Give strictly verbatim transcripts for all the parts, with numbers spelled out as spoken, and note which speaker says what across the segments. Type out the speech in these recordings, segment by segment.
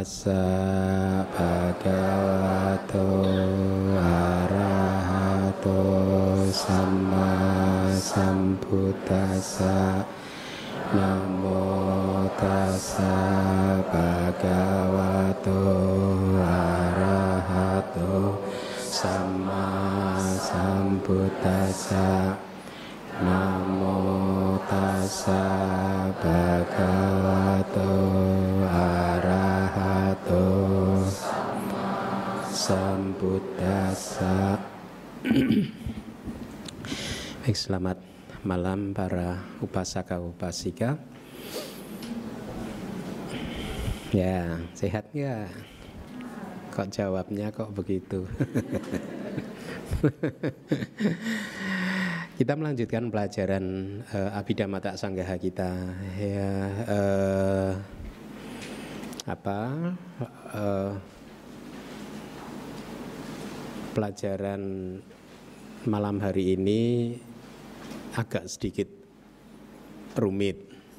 Speaker 1: tassa bhagavato arahato samma sambuddhassa. Namo tassa bhagavato arahato samma sambuddhassa. Namo tassa bhagavato arahato samma sambuddhassa. Baik, selamat malam para upasaka upasika. Ya, sehat nggak? Kok jawabnya kok begitu? Kita melanjutkan pelajaran uh, Abhidhamma Sanggaha kita. Ya, uh, apa? Uh, pelajaran malam hari ini agak sedikit rumit,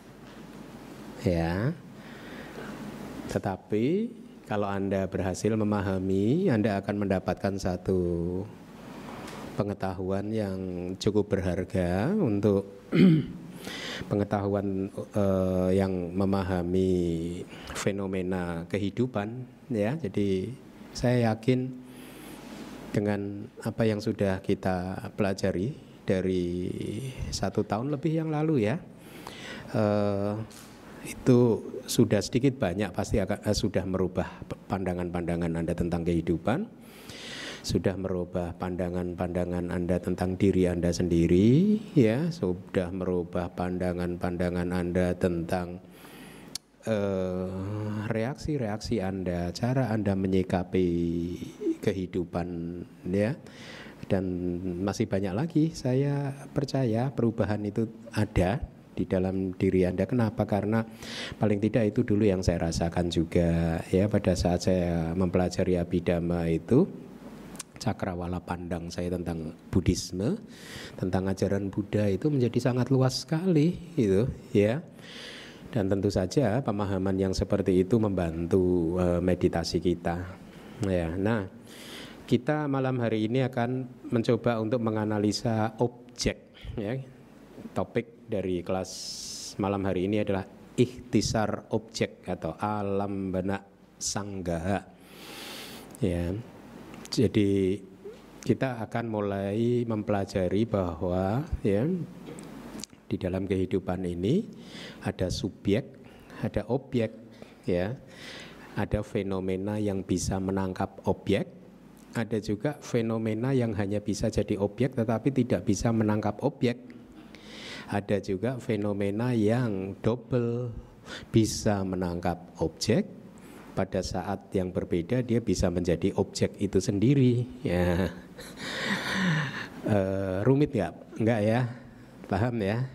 Speaker 1: ya. Tetapi kalau Anda berhasil memahami, Anda akan mendapatkan satu pengetahuan yang cukup berharga untuk pengetahuan uh, yang memahami fenomena kehidupan, ya. Jadi saya yakin dengan apa yang sudah kita pelajari dari satu tahun lebih yang lalu, ya, uh, itu sudah sedikit banyak pasti akan uh, sudah merubah pandangan-pandangan Anda tentang kehidupan, sudah merubah pandangan-pandangan Anda tentang diri Anda sendiri, ya, sudah merubah pandangan-pandangan Anda tentang uh, reaksi-reaksi Anda, cara Anda menyikapi kehidupan, ya. Dan masih banyak lagi, saya percaya perubahan itu ada di dalam diri Anda. Kenapa? Karena paling tidak itu dulu yang saya rasakan juga, ya, pada saat saya mempelajari Abhidhamma itu. Cakrawala pandang saya tentang Buddhisme, tentang ajaran Buddha itu menjadi sangat luas sekali, gitu, ya. Dan tentu saja pemahaman yang seperti itu membantu uh, meditasi kita, ya. Nah, kita malam hari ini akan mencoba untuk menganalisa objek, ya. Topik dari kelas malam hari ini adalah ikhtisar objek atau alambana sanggaha, ya. Jadi kita akan mulai mempelajari bahwa, ya, di dalam kehidupan ini ada subjek, ada objek, ya. Ada fenomena yang bisa menangkap objek, ada juga fenomena yang hanya bisa jadi objek tetapi tidak bisa menangkap objek. Ada juga fenomena yang double, bisa menangkap objek, pada saat yang berbeda dia bisa menjadi objek itu sendiri, ya. e, rumit nggak? Nggak, ya? Paham, ya?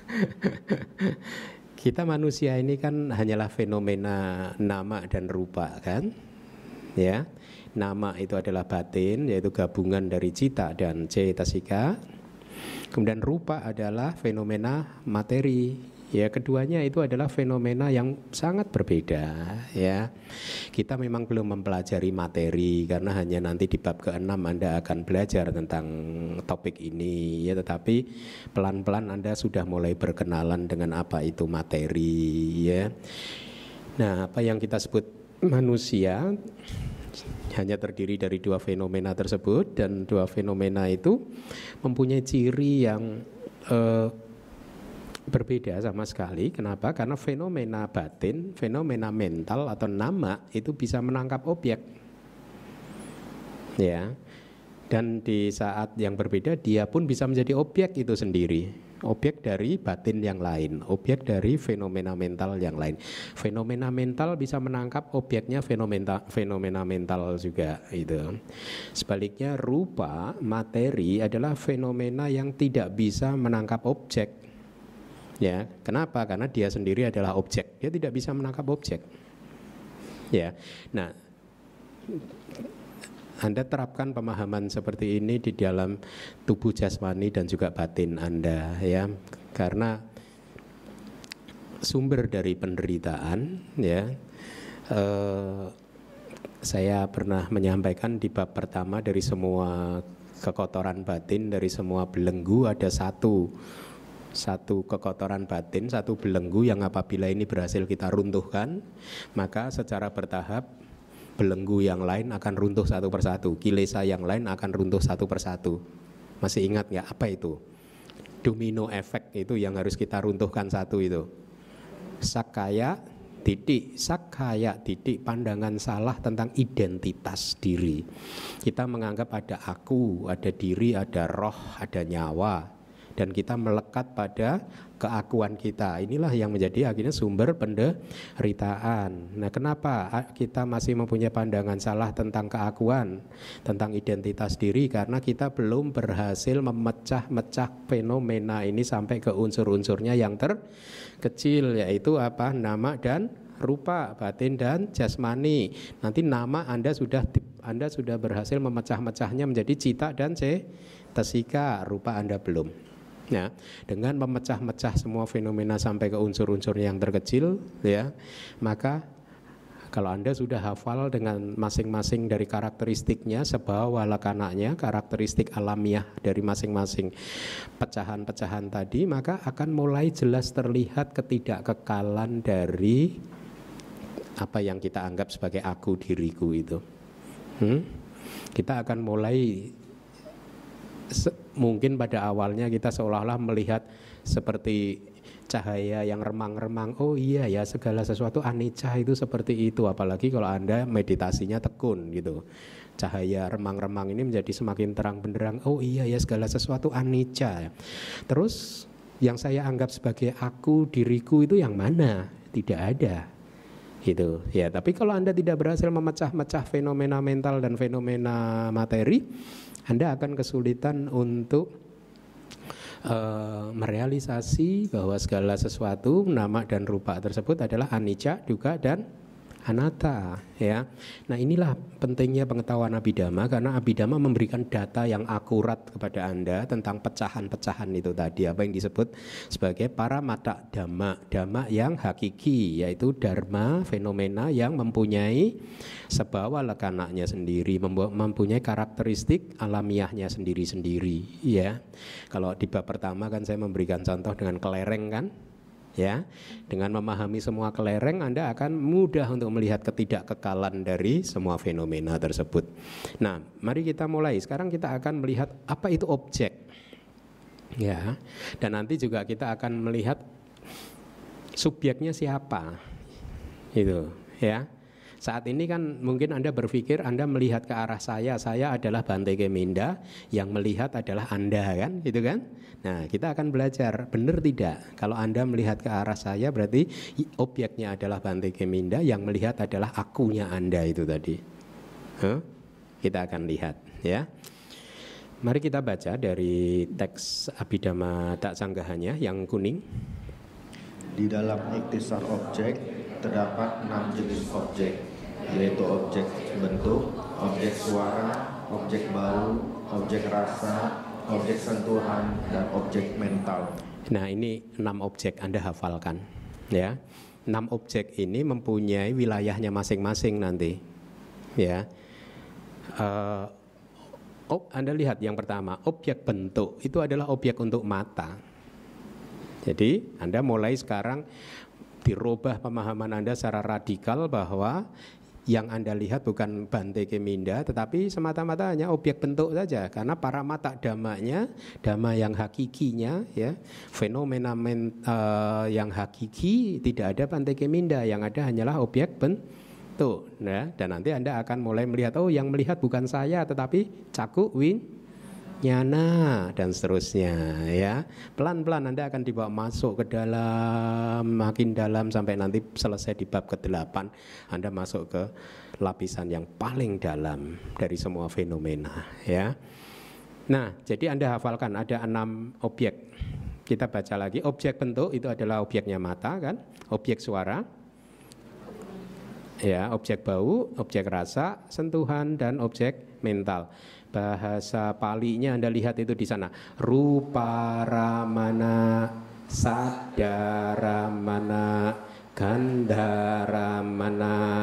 Speaker 1: Kita manusia ini kan hanyalah fenomena nama dan rupa, kan? Ya, nama itu adalah batin, yaitu gabungan dari cita dan cetasika. Kemudian rupa adalah fenomena materi, ya. Keduanya itu adalah fenomena yang sangat berbeda, ya. Kita memang belum mempelajari materi karena hanya nanti di bab keenam Anda akan belajar tentang topik ini, ya. Tetapi pelan-pelan Anda sudah mulai berkenalan dengan apa itu materi, ya. Nah, apa yang kita sebut manusia hanya terdiri dari dua fenomena tersebut, dan dua fenomena itu mempunyai ciri yang eh, berbeda sama sekali. Kenapa? Karena fenomena batin, fenomena mental atau nama itu bisa menangkap objek, ya. Dan di saat yang berbeda dia pun bisa menjadi objek itu sendiri, objek dari batin yang lain, objek dari fenomena mental yang lain. Fenomena mental bisa menangkap objeknya fenomena fenomena mental juga, itu. Sebaliknya rupa, materi adalah fenomena yang tidak bisa menangkap objek, ya. Kenapa? Karena dia sendiri adalah objek, dia tidak bisa menangkap objek, ya. Nah, Anda terapkan pemahaman seperti ini di dalam tubuh jasmani dan juga batin Anda, ya. Karena sumber dari penderitaan, ya, eh, saya pernah menyampaikan di bab pertama, dari semua kekotoran batin, dari semua belenggu ada satu satu kekotoran batin, satu belenggu yang apabila ini berhasil kita runtuhkan, maka secara bertahap belenggu yang lain akan runtuh satu persatu, kilesa yang lain akan runtuh satu persatu. Masih ingat nggak apa itu? Domino efek itu yang harus kita runtuhkan satu itu. Sakaya titik, sakaya titik, pandangan salah tentang identitas diri. Kita menganggap ada aku, ada diri, ada roh, ada nyawa, dan kita melekat pada keakuan kita. Inilah yang menjadi akhirnya sumber penderitaan. Nah, kenapa kita masih mempunyai pandangan salah tentang keakuan, tentang identitas diri? Karena kita belum berhasil memecah-mecah fenomena ini sampai ke unsur-unsurnya yang terkecil, yaitu apa? Nama dan rupa, batin dan jasmani. Nanti nama Anda sudah Anda sudah berhasil memecah-mecahnya menjadi cita dan cetasika, rupa Anda belum. Ya, dengan memecah-mecah semua fenomena sampai ke unsur-unsur yang terkecil, ya, maka kalau Anda sudah hafal dengan masing-masing dari karakteristiknya, sebawa lekananya, karakteristik alamiah dari masing-masing pecahan-pecahan tadi, maka akan mulai jelas terlihat ketidakkekalan dari apa yang kita anggap sebagai aku, diriku itu. Hmm? Kita akan mulai, mungkin pada awalnya kita seolah-olah melihat seperti cahaya yang remang-remang. Oh iya ya, segala sesuatu anicca itu seperti itu. Apalagi kalau Anda meditasinya tekun gitu, cahaya remang-remang ini menjadi semakin terang benderang. Oh iya ya, segala sesuatu anicca. Terus yang saya anggap sebagai aku, diriku itu yang mana? Tidak ada gitu ya. Tapi kalau Anda tidak berhasil memecah-mecah fenomena mental dan fenomena materi, Anda akan kesulitan untuk uh, merealisasi bahwa segala sesuatu, nama dan rupa tersebut adalah anicca, dukkha dan anatta, ya. Nah, inilah pentingnya pengetahuan Abhidhamma, karena Abhidhamma memberikan data yang akurat kepada Anda tentang pecahan-pecahan itu tadi, apa yang disebut sebagai paramata dhamma, dhamma yang hakiki, yaitu dharma, fenomena yang mempunyai sebawa lekananya sendiri, mempunyai karakteristik alamiahnya sendiri-sendiri, ya. Kalau di bab pertama kan saya memberikan contoh dengan kelereng kan, ya, dengan memahami semua kelereng Anda akan mudah untuk melihat ketidakkekalan dari semua fenomena tersebut. Nah, mari kita mulai. Sekarang kita akan melihat apa itu objek, ya, dan nanti juga kita akan melihat subjeknya siapa, itu, ya. Saat ini kan mungkin Anda berpikir Anda melihat ke arah saya, saya adalah Bhante Keminda, yang melihat adalah Anda kan, gitu kan? Nah, kita akan belajar benar tidak. Kalau Anda melihat ke arah saya berarti objeknya adalah Bhante Keminda, yang melihat adalah akunya Anda itu tadi. Huh? Kita akan lihat, ya. Mari kita baca dari teks Abhidhamma Taksanggahannya yang kuning.
Speaker 2: Di dalam iktisar objek terdapat enam jenis objek, yaitu objek bentuk, objek suara, objek bau, objek rasa, objek sentuhan, dan objek mental.
Speaker 1: Nah, ini enam objek, Anda hafalkan, ya. Enam objek ini mempunyai wilayahnya masing-masing nanti, ya. Uh, oh, Anda lihat yang pertama, objek bentuk itu adalah objek untuk mata. Jadi Anda mulai sekarang dirubah pemahaman Anda secara radikal bahwa yang Anda lihat bukan Bhante Keminda, tetapi semata-mata hanya objek bentuk saja, karena paramata dhammanya, dhamma yang hakikinya, ya, fenomena men, uh, yang hakiki tidak ada Bhante Keminda, yang ada hanyalah objek bentuk, ya. Dan nanti Anda akan mulai melihat, oh yang melihat bukan saya tetapi caku win nyana dan seterusnya, ya. Pelan-pelan Anda akan dibawa masuk ke dalam, makin dalam sampai nanti selesai di bab kedelapan Anda masuk ke lapisan yang paling dalam dari semua fenomena, ya. Nah, jadi Anda hafalkan ada enam objek. Kita baca lagi. Objek bentuk itu adalah objeknya mata kan, objek suara, ya, objek bau, objek rasa, sentuhan, dan objek mental. Bahasa Palinya Anda lihat itu di sana. Rupa ramana, sadara mana, gandhara mana,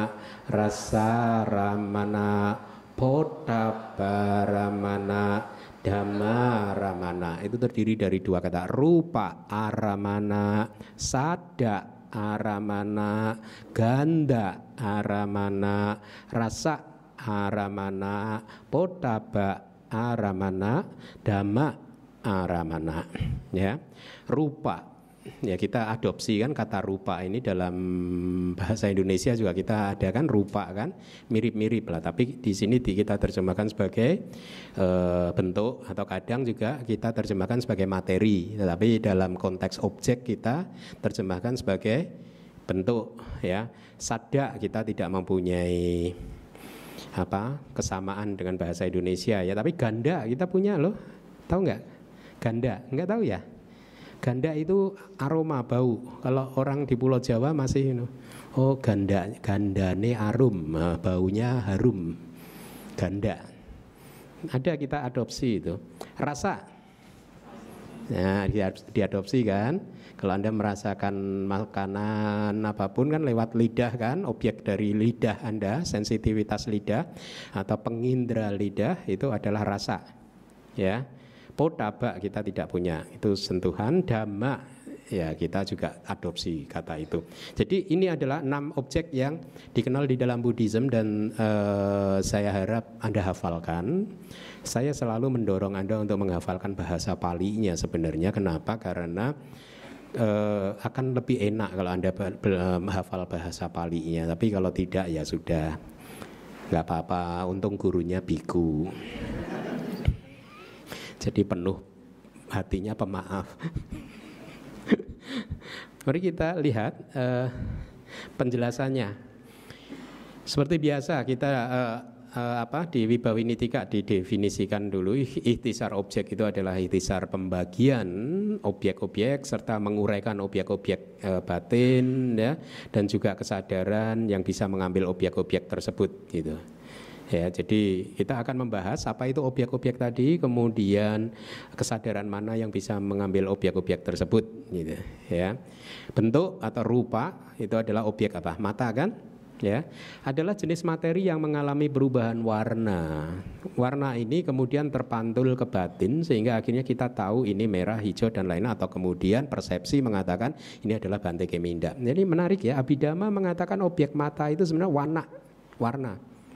Speaker 1: rasa ramana, pottabba ramana, dhamma ramana. Itu terdiri dari dua kata, rupa aramana, sada aramana, ganda aramana, rasa aramana, pottabba aramana, dhamma aramana. Ya, rupa. Ya, kita adopsi kan kata rupa ini dalam bahasa Indonesia juga kita ada kan, rupa kan mirip-mirip lah, tapi di sini kita terjemahkan sebagai e, bentuk, atau kadang juga kita terjemahkan sebagai materi, tetapi dalam konteks objek kita terjemahkan sebagai bentuk. Ya, sada kita tidak mempunyai apa kesamaan dengan bahasa Indonesia ya, tapi ganda kita punya loh, tahu nggak? Ganda nggak tahu ya? Ganda itu aroma, bau. Kalau orang di Pulau Jawa masih, oh ganda, gandane arum, baunya harum. Ganda. Ada kita adopsi itu. Rasa. Nah, diadopsi kan. Kalau Anda merasakan makanan apapun kan lewat lidah kan, objek dari lidah Anda, sensitivitas lidah atau pengindra lidah itu adalah rasa. Ya. Pottabba kita tidak punya, itu sentuhan. Dhamma ya kita juga adopsi kata itu. Jadi ini adalah enam objek yang dikenal di dalam Buddhism dan uh, saya harap Anda hafalkan. Saya selalu mendorong Anda untuk menghafalkan bahasa Palinya sebenarnya. Kenapa? Karena uh, akan lebih enak kalau Anda menghafal bahasa Palinya. Tapi kalau tidak ya sudah, nggak apa-apa. Untung gurunya biku. Jadi penuh hatinya pemaaf. Mari kita lihat uh, penjelasannya. Seperti biasa kita uh, uh, apa di Wibawinitika didefinisikan dulu. Ikhtisar objek itu adalah ikhtisar pembagian objek-objek serta menguraikan objek-objek uh, batin ya, dan juga kesadaran yang bisa mengambil objek-objek tersebut gitu. Ya, jadi kita akan membahas apa itu objek-objek tadi, kemudian kesadaran mana yang bisa mengambil objek-objek tersebut, gitu. Ya, bentuk atau rupa itu adalah objek apa? Mata kan? Ya, adalah jenis materi yang mengalami perubahan warna. Warna ini kemudian terpantul ke batin sehingga akhirnya kita tahu ini merah, hijau dan lainnya, atau kemudian persepsi mengatakan ini adalah Bante Keminda. Jadi menarik ya, Abhidhamma mengatakan objek mata itu sebenarnya warna, warna.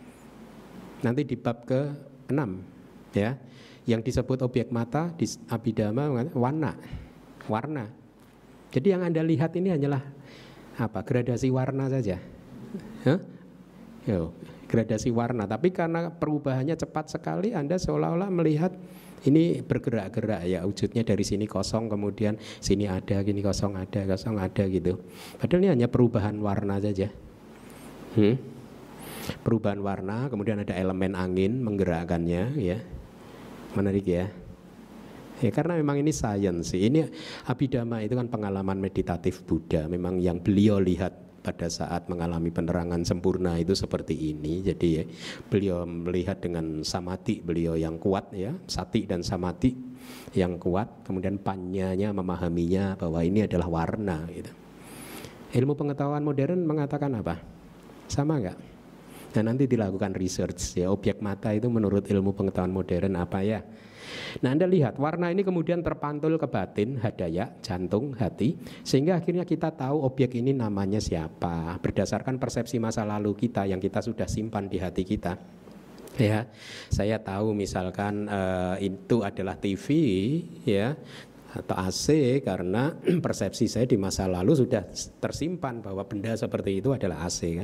Speaker 1: Nanti di bab ke enam ya, yang disebut objek mata di Abhidhamma warna, warna. Jadi yang Anda lihat ini hanyalah apa? Gradasi warna saja. Huh? Yo, gradasi warna. Tapi karena perubahannya cepat sekali, Anda seolah-olah melihat ini bergerak-gerak ya, wujudnya dari sini kosong, kemudian sini ada, gini kosong ada, kosong ada gitu. Padahal ini hanya perubahan warna saja. Hmm? Perubahan warna, kemudian ada elemen angin menggerakkannya ya. Menarik ya. Ya karena memang ini science. Ini Abhidhamma itu kan pengalaman meditatif Buddha. Memang yang beliau lihat pada saat mengalami penerangan sempurna itu seperti ini. Jadi ya, beliau melihat dengan samadhi beliau yang kuat ya, sati dan samadhi yang kuat, kemudian panyanya memahaminya bahwa ini adalah warna gitu. Ilmu pengetahuan modern mengatakan apa? Sama enggak? Nah nanti dilakukan research ya, objek mata itu menurut ilmu pengetahuan modern apa ya. Nah Anda lihat warna ini kemudian terpantul ke batin, hadaya, jantung, hati, sehingga akhirnya kita tahu objek ini namanya siapa berdasarkan persepsi masa lalu kita yang kita sudah simpan di hati kita. Ya, saya tahu misalkan uh, itu adalah T V ya atau A C karena persepsi saya di masa lalu sudah tersimpan bahwa benda seperti itu adalah A C kan.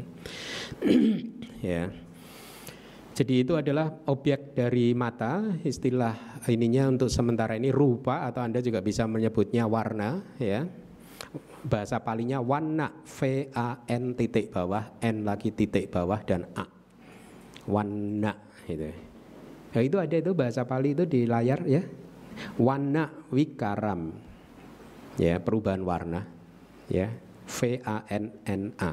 Speaker 1: Ya. Jadi itu adalah objek dari mata, istilah ininya untuk sementara ini rupa atau Anda juga bisa menyebutnya warna ya. Bahasa Palinya warna, V A N titik bawah, N lagi titik bawah dan A. Warna gitu. Nah, itu ada itu bahasa Pali itu di layar ya. Warna wikaram ya, perubahan warna ya, V A N N A.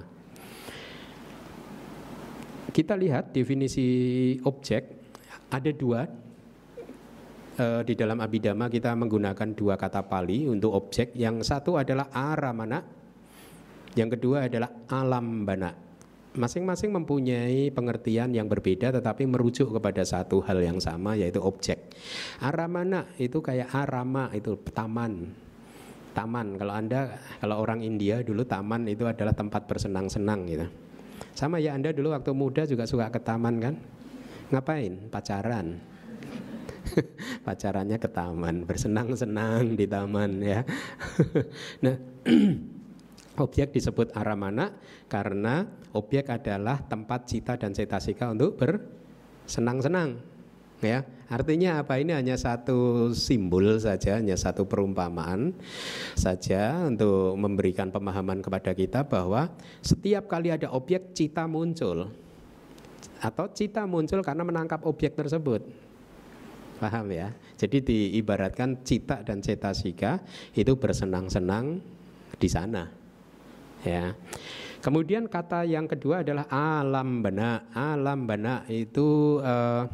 Speaker 1: Kita lihat definisi objek ada dua e, di dalam Abhidhamma kita menggunakan dua kata Pali untuk objek. Yang satu adalah aramana, yang kedua adalah alambana masing-masing mempunyai pengertian yang berbeda tetapi merujuk kepada satu hal yang sama, yaitu objek. Aramana itu kayak arama, itu taman. Taman, kalau Anda, kalau orang India dulu taman itu adalah tempat bersenang-senang gitu. Sama ya, Anda dulu waktu muda juga suka ke taman kan? Ngapain? Pacaran. Pacarannya ke taman, bersenang-senang di taman ya. Nah, objek disebut aramana karena objek adalah tempat cita dan cetasika untuk bersenang-senang. Ya, artinya apa? Ini hanya satu simbol saja, hanya satu perumpamaan saja untuk memberikan pemahaman kepada kita bahwa setiap kali ada objek, cita muncul, atau cita muncul karena menangkap objek tersebut. Paham ya? Jadi diibaratkan cita dan cetasika itu bersenang-senang di sana. Ya. Kemudian kata yang kedua adalah alam bana. Alam bana itu uh,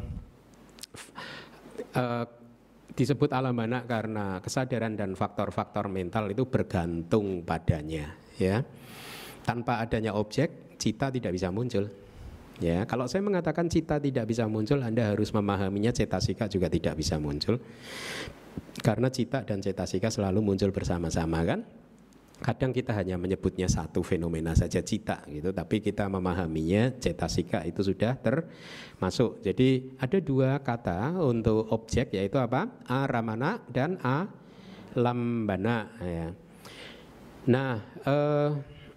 Speaker 1: uh, disebut alam bana karena kesadaran dan faktor-faktor mental itu bergantung padanya. Ya. Tanpa adanya objek, cita tidak bisa muncul. Ya, kalau saya mengatakan cita tidak bisa muncul, Anda harus memahaminya cetasika juga tidak bisa muncul. Karena cita dan cetasika selalu muncul bersama-sama kan? Kadang kita hanya menyebutnya satu fenomena saja, cita gitu, tapi kita memahaminya cetasika itu sudah termasuk. Jadi ada dua kata untuk objek, yaitu apa? Aramana dan alambana ya. Nah, eh,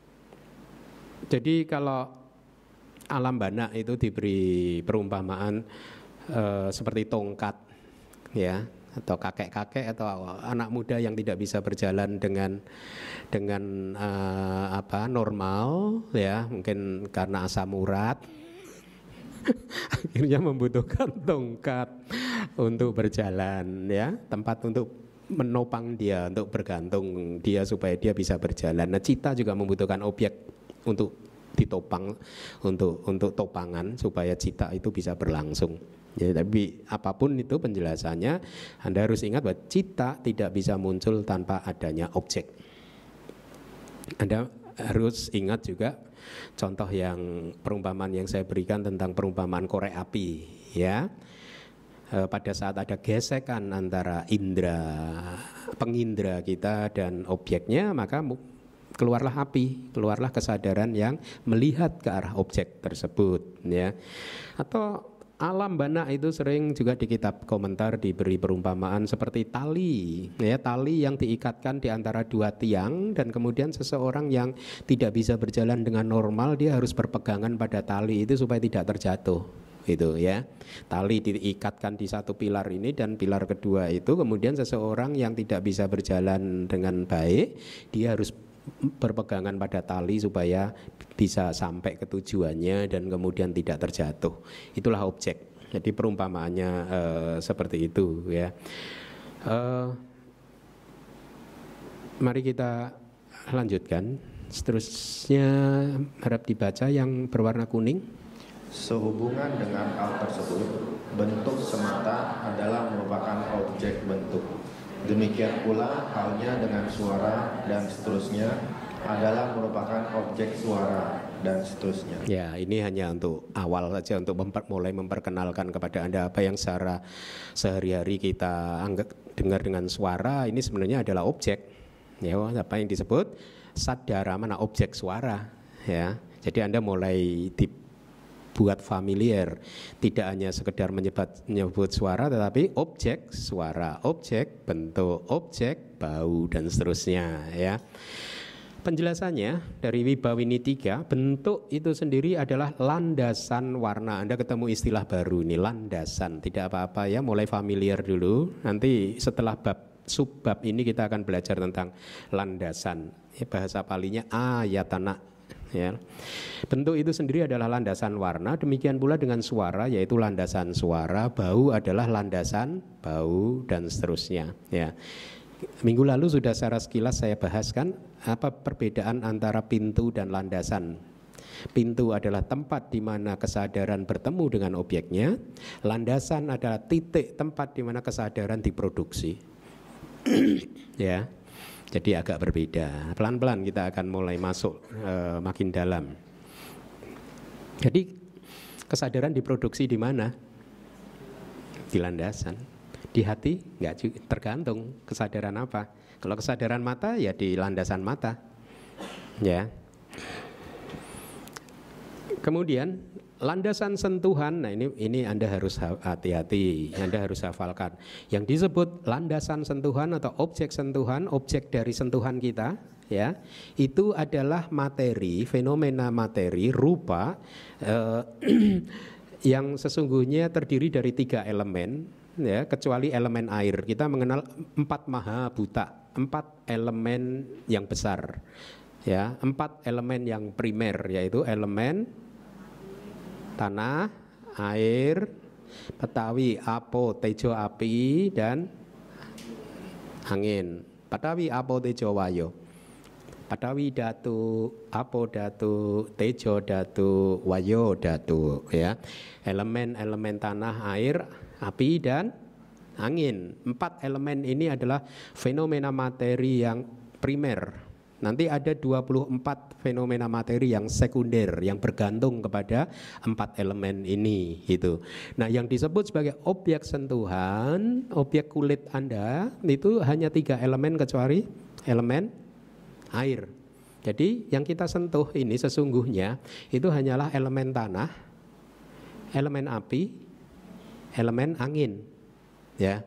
Speaker 1: jadi kalau alambana itu diberi perumpamaan eh, seperti tongkat ya, atau kakek-kakek atau anak muda yang tidak bisa berjalan dengan dengan uh, apa normal ya, mungkin karena asam urat akhirnya membutuhkan tongkat untuk berjalan ya, tempat untuk menopang dia, untuk bergantung dia supaya dia bisa berjalan. Nah, cita juga membutuhkan objek untuk ditopang, untuk untuk topangan supaya cita itu bisa berlangsung. Ya, tapi apapun itu penjelasannya, Anda harus ingat bahwa cita tidak bisa muncul tanpa adanya objek. Anda harus ingat juga contoh yang perumpamaan yang saya berikan tentang perumpamaan korek api ya. E, pada saat ada gesekan antara indera pengindra kita dan objeknya, maka keluarlah api, keluarlah kesadaran yang melihat ke arah objek tersebut ya. Atau alam bana itu sering juga di kitab komentar diberi perumpamaan seperti tali ya, tali yang diikatkan di antara dua tiang dan kemudian seseorang yang tidak bisa berjalan dengan normal, dia harus berpegangan pada tali itu supaya tidak terjatuh itu ya. Tali diikatkan di satu pilar ini dan pilar kedua itu, kemudian seseorang yang tidak bisa berjalan dengan baik, dia harus berpegangan pada tali supaya bisa sampai ke tujuannya dan kemudian tidak terjatuh. Itulah objek. Jadi perumpamaannya uh, seperti itu ya. Uh, mari kita lanjutkan. Seterusnya harap dibaca yang berwarna kuning.
Speaker 2: Sehubungan dengan hal tersebut, bentuk semata adalah merupakan objek bentuk. Demikian pula halnya dengan suara dan seterusnya adalah merupakan objek suara dan seterusnya.
Speaker 1: Ya, ini hanya untuk awal saja, untuk memper, mulai memperkenalkan kepada Anda apa yang secara sehari-hari kita anggap dengar dengan suara ini sebenarnya adalah objek. Ya, apa yang disebut sadara, mana objek suara ya. Jadi Anda mulai di buat familiar, tidak hanya sekedar menyebut, menyebut suara, tetapi objek suara, objek bentuk, objek bau dan seterusnya ya. Penjelasannya dari Wibawini tiga, bentuk itu sendiri adalah landasan warna. Anda ketemu istilah baru ini, landasan, tidak apa-apa ya, mulai familiar dulu. Nanti setelah bab subbab ini kita akan belajar tentang landasan. Ya, bahasa palinya ayatana. Ya. Bentuk itu sendiri adalah landasan warna, demikian pula dengan suara, yaitu landasan suara, bau adalah landasan bau dan seterusnya ya. Minggu lalu sudah secara sekilas saya bahaskan apa perbedaan antara pintu dan landasan. Pintu adalah tempat di mana kesadaran bertemu dengan objeknya, landasan adalah titik tempat di mana kesadaran diproduksi. Ya. Jadi agak berbeda. Pelan-pelan kita akan mulai masuk uh, makin dalam. Jadi kesadaran diproduksi di mana? Di landasan. Di hati nggak juga, tergantung kesadaran apa. Kalau kesadaran mata ya di landasan mata. Ya. Kemudian landasan sentuhan, nah ini ini Anda harus hati-hati, Anda harus hafalkan. Yang disebut landasan sentuhan atau objek sentuhan, objek dari sentuhan kita, ya, itu adalah materi, fenomena materi, rupa eh, yang sesungguhnya terdiri dari tiga elemen, ya, kecuali elemen air. Kita mengenal empat maha buta, empat elemen yang besar, ya, empat elemen yang primer, yaitu elemen tanah, air, patawi, apo, tejo, api, dan angin. Patawi, apo, tejo, wayo. Patawi datu, apo datu, tejo datu, wayo datu, ya. Elemen-elemen tanah, air, api, dan angin. Empat elemen ini adalah fenomena materi yang primer. Nanti ada dua puluh empat fenomena materi yang sekunder, yang bergantung kepada empat elemen ini, gitu. Nah, yang disebut sebagai objek sentuhan, objek kulit Anda itu hanya tiga elemen kecuali elemen air. Jadi yang kita sentuh ini sesungguhnya itu hanyalah elemen tanah, elemen api, elemen angin, ya.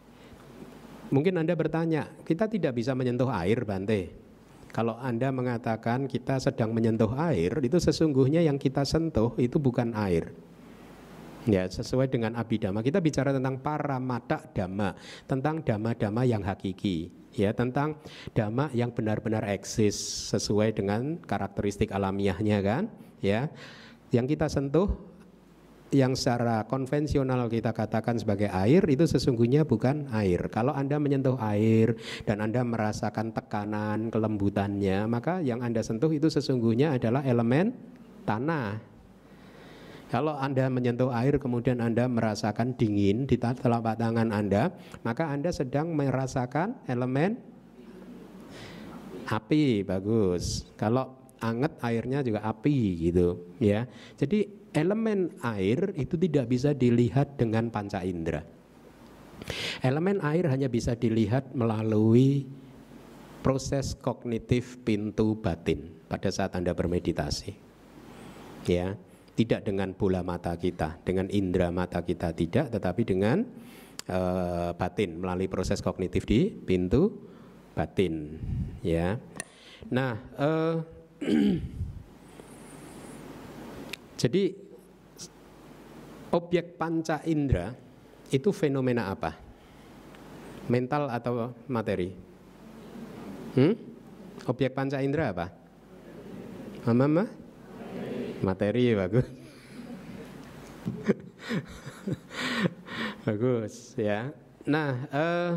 Speaker 1: Mungkin Anda bertanya, kita tidak bisa menyentuh air, Bante. Kalau Anda mengatakan kita sedang menyentuh air, itu sesungguhnya yang kita sentuh itu bukan air. Ya, sesuai dengan Abhidhamma, kita bicara tentang paramata dhamma, tentang dhamma-dhamma yang hakiki, ya, tentang dhamma yang benar-benar eksis sesuai dengan karakteristik alamiahnya, kan? Ya, yang kita sentuh, yang secara konvensional kita katakan sebagai air, itu sesungguhnya bukan air. Kalau Anda menyentuh air dan Anda merasakan tekanan, kelembutannya, maka yang Anda sentuh itu sesungguhnya adalah elemen tanah. Kalau Anda menyentuh air kemudian Anda merasakan dingin di telapak tangan Anda, maka Anda sedang merasakan elemen api. Bagus. Kalau anget airnya juga api, gitu, ya. Jadi elemen air itu tidak bisa dilihat dengan panca indera. Elemen air hanya bisa dilihat melalui proses kognitif pintu batin pada saat Anda bermeditasi, ya. Tidak dengan bola mata kita, dengan indera mata kita tidak, tetapi dengan uh, batin melalui proses kognitif di pintu batin, ya. Nah, uh, jadi objek panca indera itu fenomena apa? Mental atau materi? Hmm? Objek panca indera apa? Mama? Materi, bagus. Bagus, ya. Nah, uh,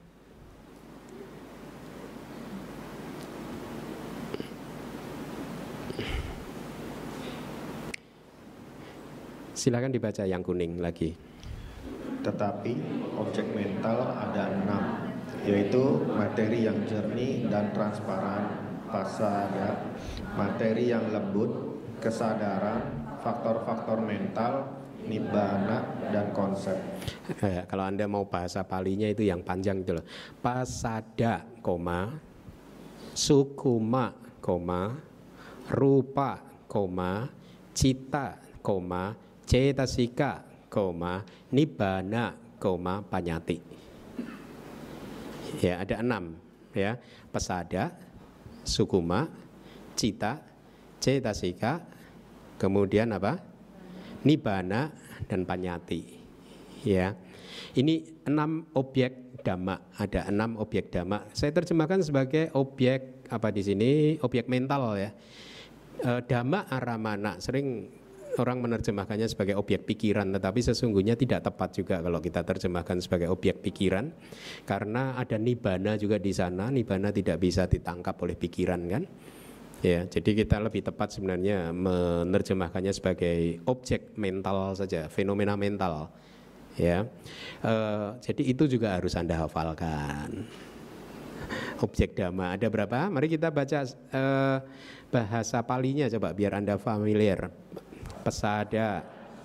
Speaker 1: silakan dibaca yang kuning lagi.
Speaker 2: Tetapi objek mental ada enam, yaitu materi yang jernih dan transparan, pasada, materi yang lembut, kesadaran, faktor-faktor mental, nibbana, dan konsep.
Speaker 1: Eh, kalau Anda mau bahasa palinya itu yang panjang itu loh. Pasada, koma, sukuma, koma, rupa, koma, cita, koma, cetasika, koma, nibbana, koma, panyati. Ya, ada enam, ya. Pasada, sukuma, cita, cetasika, kemudian apa? Nibbana, dan panyati. Ya. Ini enam objek dhamma, ada enam objek dhamma. Saya terjemahkan sebagai objek apa di sini? Objek mental, ya. E, dhamma aramana, sering orang menerjemahkannya sebagai objek pikiran, tetapi sesungguhnya tidak tepat juga kalau kita terjemahkan sebagai objek pikiran, karena ada nibbana juga di sana. Nibbana tidak bisa ditangkap oleh pikiran, kan? Ya, jadi kita lebih tepat sebenarnya menerjemahkannya sebagai objek mental saja, fenomena mental. Ya, e, jadi itu juga harus Anda hafalkan. Objek dhamma ada berapa? Mari kita baca e, bahasa palinya coba biar Anda familiar. pesada,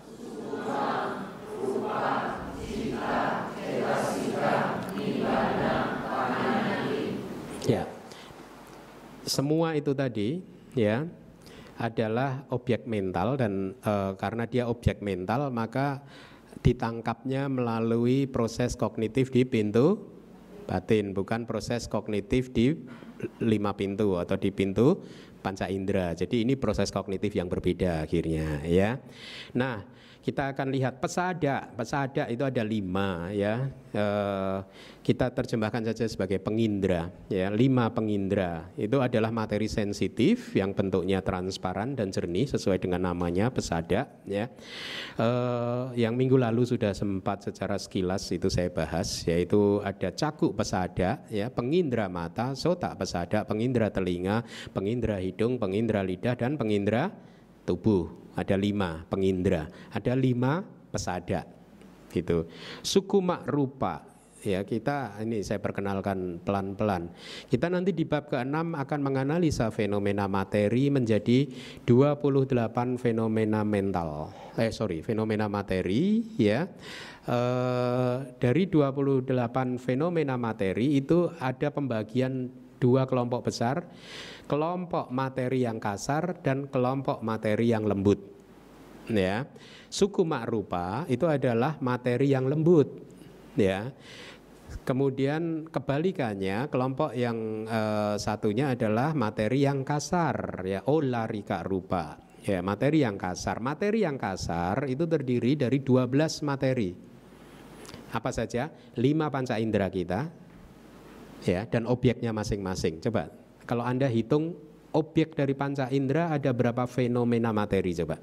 Speaker 1: ya, semua itu tadi ya adalah objek mental dan e, karena dia objek mental maka ditangkapnya melalui proses kognitif di pintu batin, bukan proses kognitif di lima pintu atau di pintu panca indera. Jadi ini proses kognitif yang berbeda akhirnya ya. Nah, kita akan lihat pesada. Pesada itu ada lima ya. E, kita terjemahkan saja sebagai pengindra ya. Lima pengindra itu adalah materi sensitif yang bentuknya transparan dan jernih sesuai dengan namanya pesada ya. E, yang minggu lalu sudah sempat secara sekilas itu saya bahas, yaitu ada cakuk pesada ya, pengindra mata, sota pesada, pengindra telinga, pengindra hidung, pengindra lidah dan pengindra tubuh. Ada lima pengindra, ada lima pesada gitu. Sukuma rupa ya, kita ini saya perkenalkan pelan-pelan. Kita nanti di bab keenam akan menganalisa fenomena materi menjadi dua puluh delapan fenomena mental. Eh sorry, fenomena materi ya. E, dari dua puluh delapan fenomena materi itu ada pembagian dua kelompok besar, kelompok materi yang kasar dan kelompok materi yang lembut. Ya, sukuma rupa itu adalah materi yang lembut. Ya, kemudian kebalikannya kelompok yang eh, satunya adalah materi yang kasar. Ya, olarika rupa. Ya, materi yang kasar. Materi yang kasar itu terdiri dari dua belas materi. Apa saja? lima panca indera kita. Ya, dan objeknya masing-masing. Coba, kalau Anda hitung objek dari panca indera ada berapa fenomena materi coba?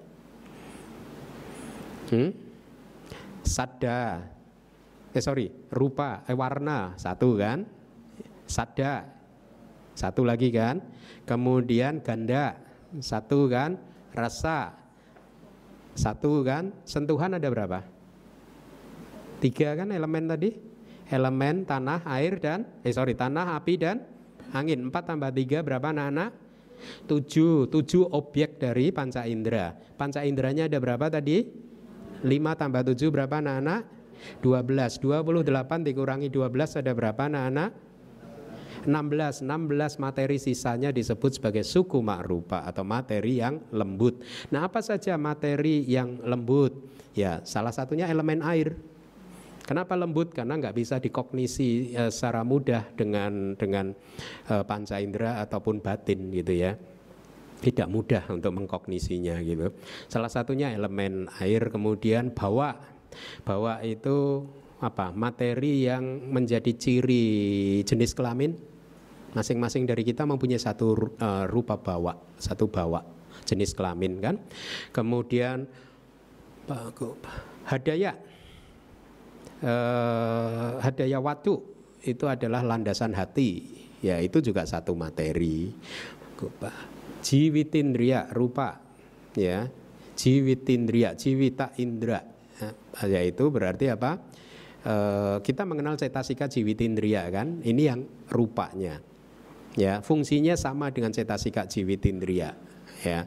Speaker 1: Hmm? Sadda, eh sorry, rupa, eh warna satu kan? Sadda, satu lagi kan? Kemudian ganda, satu kan? Rasa, satu kan? Sentuhan ada berapa? Tiga kan elemen tadi? Elemen tanah, air dan eh sorry tanah, api dan angin. Empat tambah tiga berapa anak-anak? Tujuh. Tujuh objek dari panca indera. Panca inderanya ada berapa tadi? Lima tambah tujuh berapa anak-anak? Dua belas. Dua puluh delapan dikurangi dua belas ada berapa anak-anak? Enam belas. Enam belas materi sisanya disebut sebagai sukuma rupa atau materi yang lembut. Nah, apa saja materi yang lembut? Ya, salah satunya elemen air. Kenapa lembut? Karena nggak bisa dikognisi e, secara mudah dengan dengan e, panca indera ataupun batin gitu ya. Tidak mudah untuk mengkognisinya gitu. Salah satunya elemen air, kemudian bawa. Bawa itu apa? Materi yang menjadi ciri jenis kelamin. Masing-masing dari kita mempunyai satu e, rupa bawa, satu bawa jenis kelamin kan. Kemudian hadaya. Uh, hadaya watu itu adalah landasan hati, ya itu juga satu materi. Jiwitindriya rupa, ya jiwitindriya, jiwita indra, ya, yaitu berarti apa? Uh, kita mengenal cetasika jiwitindriya kan, ini yang rupanya, ya fungsinya sama dengan cetasika jiwitindriya, ya.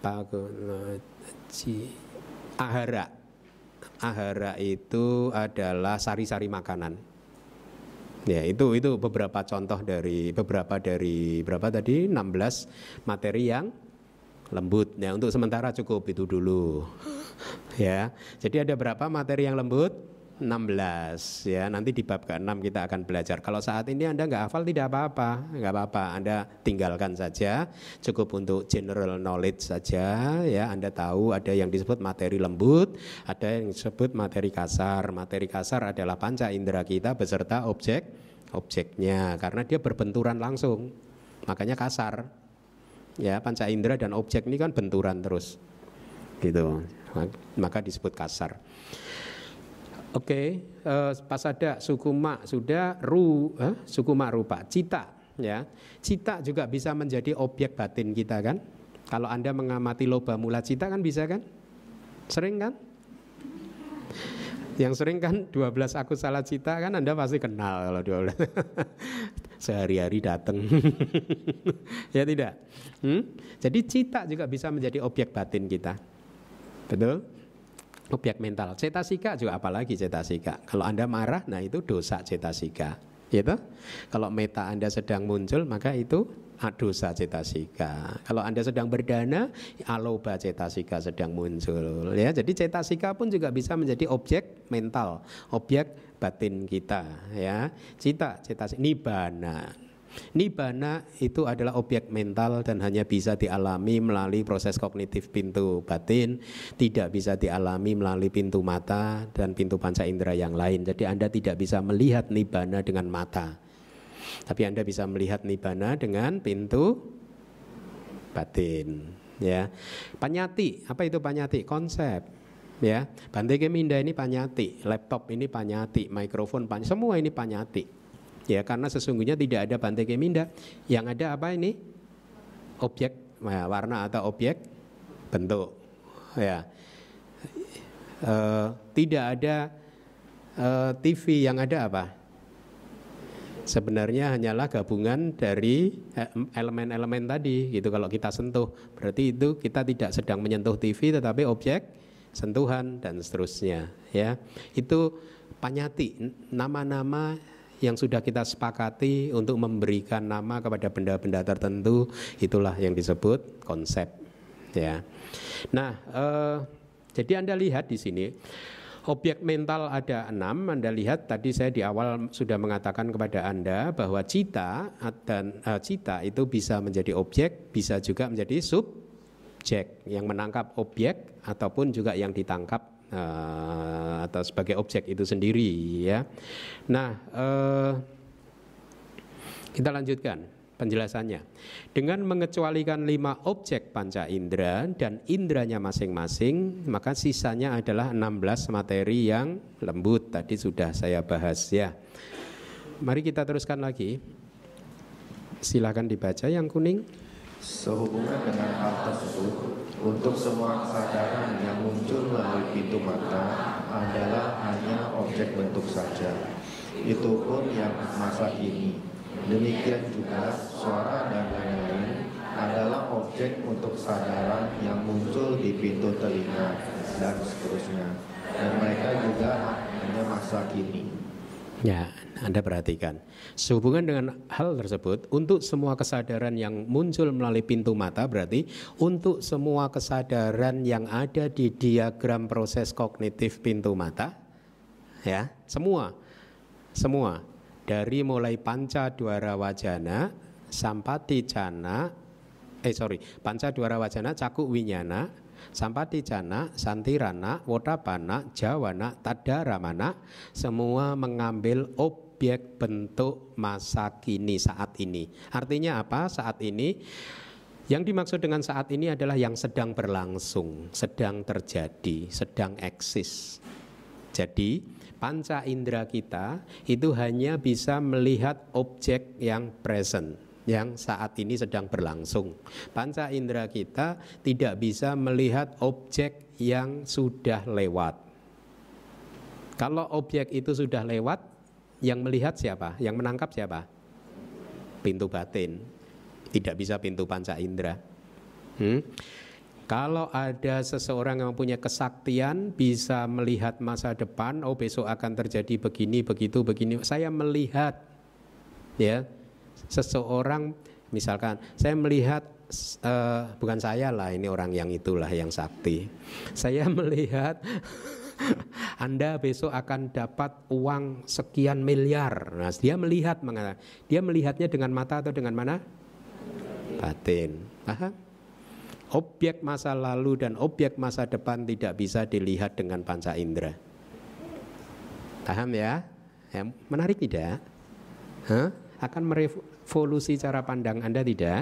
Speaker 1: Ahara. Ahara itu adalah sari-sari makanan. Ya, itu itu beberapa contoh dari beberapa dari berapa tadi? enam belas materi yang lembut. Ya, untuk sementara cukup itu dulu. Ya. Jadi ada berapa materi yang lembut? enam belas ya. Nanti di bab keenam kita akan belajar. Kalau saat ini Anda nggak hafal tidak apa-apa, nggak apa-apa. Anda tinggalkan saja. Cukup untuk general knowledge saja ya. Anda tahu ada yang disebut materi lembut, ada yang disebut materi kasar. Materi kasar adalah panca indera kita beserta objek objeknya karena dia berbenturan langsung. Makanya kasar. Ya, panca indera dan objek ini kan benturan terus. Gitu. Maka disebut kasar. Oke, okay, uh, pasada, sukuma sudah, ru, eh, sukuma rupa, cita, ya, cita juga bisa menjadi objek batin kita kan? Kalau Anda mengamati loba mula cita kan bisa kan? Sering kan? Yang sering kan dua belas aku salah cita kan Anda pasti kenal kalau dua belas sehari-hari datang, ya tidak? Hmm? Jadi cita juga bisa menjadi objek batin kita. Betul? Objek mental. Cetasika juga apalagi cetasika. Kalau Anda marah, nah itu dosa cetasika. Gitu? Kalau meta Anda sedang muncul, maka itu dosa cetasika. Kalau Anda sedang berdana, aloba cetasika sedang muncul. Ya, jadi cetasika pun juga bisa menjadi objek mental, objek batin kita. Ya, cita, cetasika, nibbana. Nibbana itu adalah objek mental dan hanya bisa dialami melalui proses kognitif pintu batin, tidak bisa dialami melalui pintu mata dan pintu panca indera yang lain. Jadi Anda tidak bisa melihat nibbana dengan mata, tapi Anda bisa melihat nibbana dengan pintu batin. Ya, panyati, apa itu panyati? Konsep. Ya, Bhante Keminda ini panyati, laptop ini panyati, mikrofon panyati, semua ini panyati. Ya, karena sesungguhnya tidak ada Bhante Keminda. Yang ada apa ini? Objek ya, warna atau objek bentuk. Ya, e, tidak ada e, T V. Yang ada apa? Sebenarnya hanyalah gabungan dari elemen-elemen tadi. Gitu. Kalau kita sentuh, berarti itu kita tidak sedang menyentuh T V, tetapi objek sentuhan dan seterusnya. Ya, itu panyati, nama-nama yang sudah kita sepakati untuk memberikan nama kepada benda-benda tertentu, itulah yang disebut konsep. Ya. Nah, eh, jadi Anda lihat di sini objek mental ada enam. Anda lihat tadi saya di awal sudah mengatakan kepada Anda bahwa cita dan eh, cita itu bisa menjadi objek, bisa juga menjadi subjek yang menangkap objek ataupun juga yang ditangkap Uh, atau sebagai objek itu sendiri, ya. Nah, uh, kita lanjutkan penjelasannya. Dengan mengecualikan lima objek panca indera dan indranya masing-masing, maka sisanya adalah enam belas materi yang lembut. Tadi sudah saya bahas, ya. Mari kita teruskan lagi. Silakan dibaca yang kuning.
Speaker 2: Sehubungan dengan hal tersebut, untuk semua kesadaran yang muncul melalui pintu mata adalah hanya objek bentuk saja. Itu pun yang masa ini. Demikian juga suara dan lain-lain adalah objek untuk kesadaran yang muncul di pintu telinga dan seterusnya. Dan mereka juga hanya masa kini.
Speaker 1: Ya, Anda perhatikan. Sehubungan dengan hal tersebut, untuk semua kesadaran yang muncul melalui pintu mata, berarti untuk semua kesadaran yang ada di diagram proses kognitif pintu mata, ya, semua, semua, dari mulai panca dwara wajana, sampati cana, eh sorry, panca dwara wajana, caku winyana, sampati cana, santirana, wotapana, jawana, tadaramana, semua mengambil objek bentuk masa kini, saat ini. Artinya apa? Saat ini, yang dimaksud dengan saat ini adalah yang sedang berlangsung, sedang terjadi, sedang eksis. Jadi panca indera kita itu hanya bisa melihat objek yang present, yang saat ini sedang berlangsung. Panca indera kita tidak bisa melihat objek yang sudah lewat. Kalau objek itu sudah lewat, yang melihat siapa? Yang menangkap siapa? Pintu batin. Tidak bisa pintu panca indera. Hmm? Kalau ada seseorang yang punya kesaktian, bisa melihat masa depan, oh besok akan terjadi begini, begitu, begini. Saya melihat, ya, seseorang, misalkan saya melihat, uh, bukan saya lah, ini orang yang itulah yang sakti. Saya melihat Anda besok akan dapat uang sekian miliar. Nah, dia melihat, mengatakan, dia melihatnya dengan mata atau dengan mana? Batin. Paham? Objek masa lalu dan objek masa depan tidak bisa dilihat dengan panca indera. Paham ya? Ya, menarik tidak? Hah? Akan merevolusi cara pandang Anda tidak?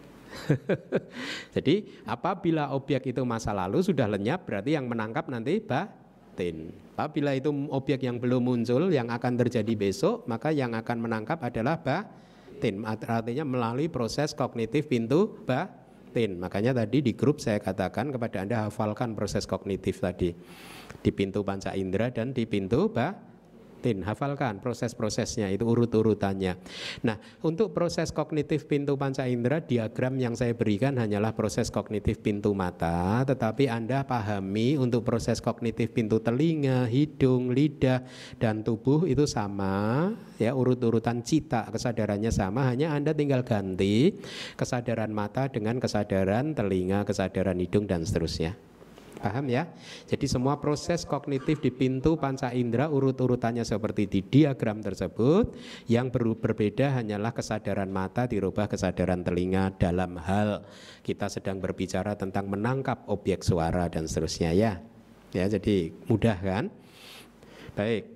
Speaker 1: Jadi apabila objek itu masa lalu sudah lenyap, berarti yang menangkap nanti batin. Apabila itu objek yang belum muncul, yang akan terjadi besok, maka yang akan menangkap adalah batin. Artinya melalui proses kognitif pintu batin. Makanya tadi di grup saya katakan kepada Anda, hafalkan proses kognitif tadi di pintu panca indera dan di pintu batin. batin. Hafalkan proses-prosesnya, itu urut-urutannya. Nah, untuk proses kognitif pintu panca indera, diagram yang saya berikan hanyalah proses kognitif pintu mata, tetapi Anda pahami untuk proses kognitif pintu telinga, hidung, lidah, dan tubuh itu sama, ya, urut-urutan cita kesadarannya sama, hanya Anda tinggal ganti kesadaran mata dengan kesadaran telinga, kesadaran hidung, dan seterusnya. Paham ya? Jadi semua proses kognitif di pintu panca indera urut-urutannya seperti di diagram tersebut. Yang ber- berbeda hanyalah kesadaran mata dirubah kesadaran telinga dalam hal kita sedang berbicara tentang menangkap objek suara dan seterusnya, ya. Ya, jadi mudah kan? Baik.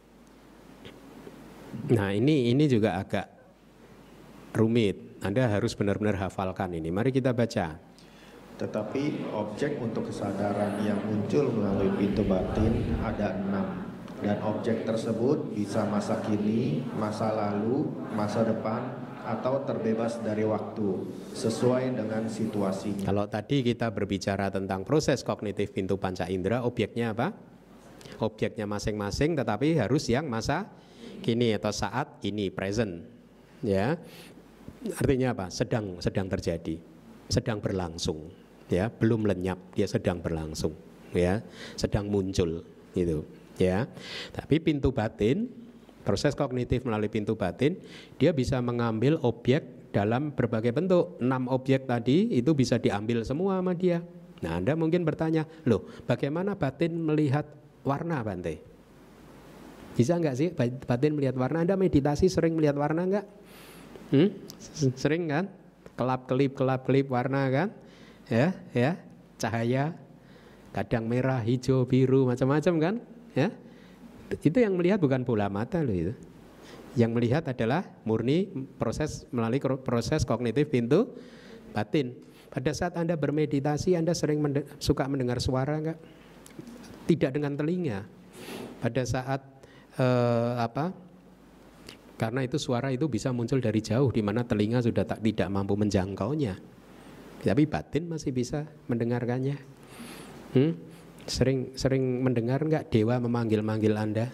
Speaker 1: Nah, ini ini juga agak rumit. Anda harus benar-benar hafalkan ini. Mari kita baca.
Speaker 2: Tetapi objek untuk kesadaran yang muncul melalui pintu batin ada enam. Dan objek tersebut bisa masa kini, masa lalu, masa depan, atau terbebas dari waktu, sesuai dengan situasinya.
Speaker 1: Kalau tadi kita berbicara tentang proses kognitif pintu panca indera, objeknya apa? Objeknya masing-masing, tetapi harus yang masa kini atau saat ini, present. Ya, artinya apa? Sedang sedang terjadi, sedang berlangsung. Ya, belum lenyap, dia sedang berlangsung, ya, sedang muncul, gitu, ya. Tapi pintu batin, proses kognitif melalui pintu batin, dia bisa mengambil objek dalam berbagai bentuk. Enam objek tadi itu bisa diambil semua sama dia. Nah, Anda mungkin bertanya, loh, bagaimana batin melihat warna, Bante? Bisa nggak sih batin melihat warna? Anda meditasi sering melihat warna nggak? Hmm? Sering kan? Kelap-kelip, kelap-kelip warna kan? Ya, ya, cahaya, kadang merah, hijau, biru, macam-macam kan? Ya, itu yang melihat bukan bola mata loh itu. Yang melihat adalah murni proses melalui proses kognitif pintu batin. Pada saat Anda bermeditasi, Anda sering mende- suka mendengar suara enggak? Tidak dengan telinga. Pada saat eh, apa? Karena itu suara itu bisa muncul dari jauh, di mana telinga sudah tak tidak mampu menjangkaunya. Tapi batin masih bisa mendengarkannya. Hmm? Sering sering mendengar enggak dewa memanggil-manggil Anda?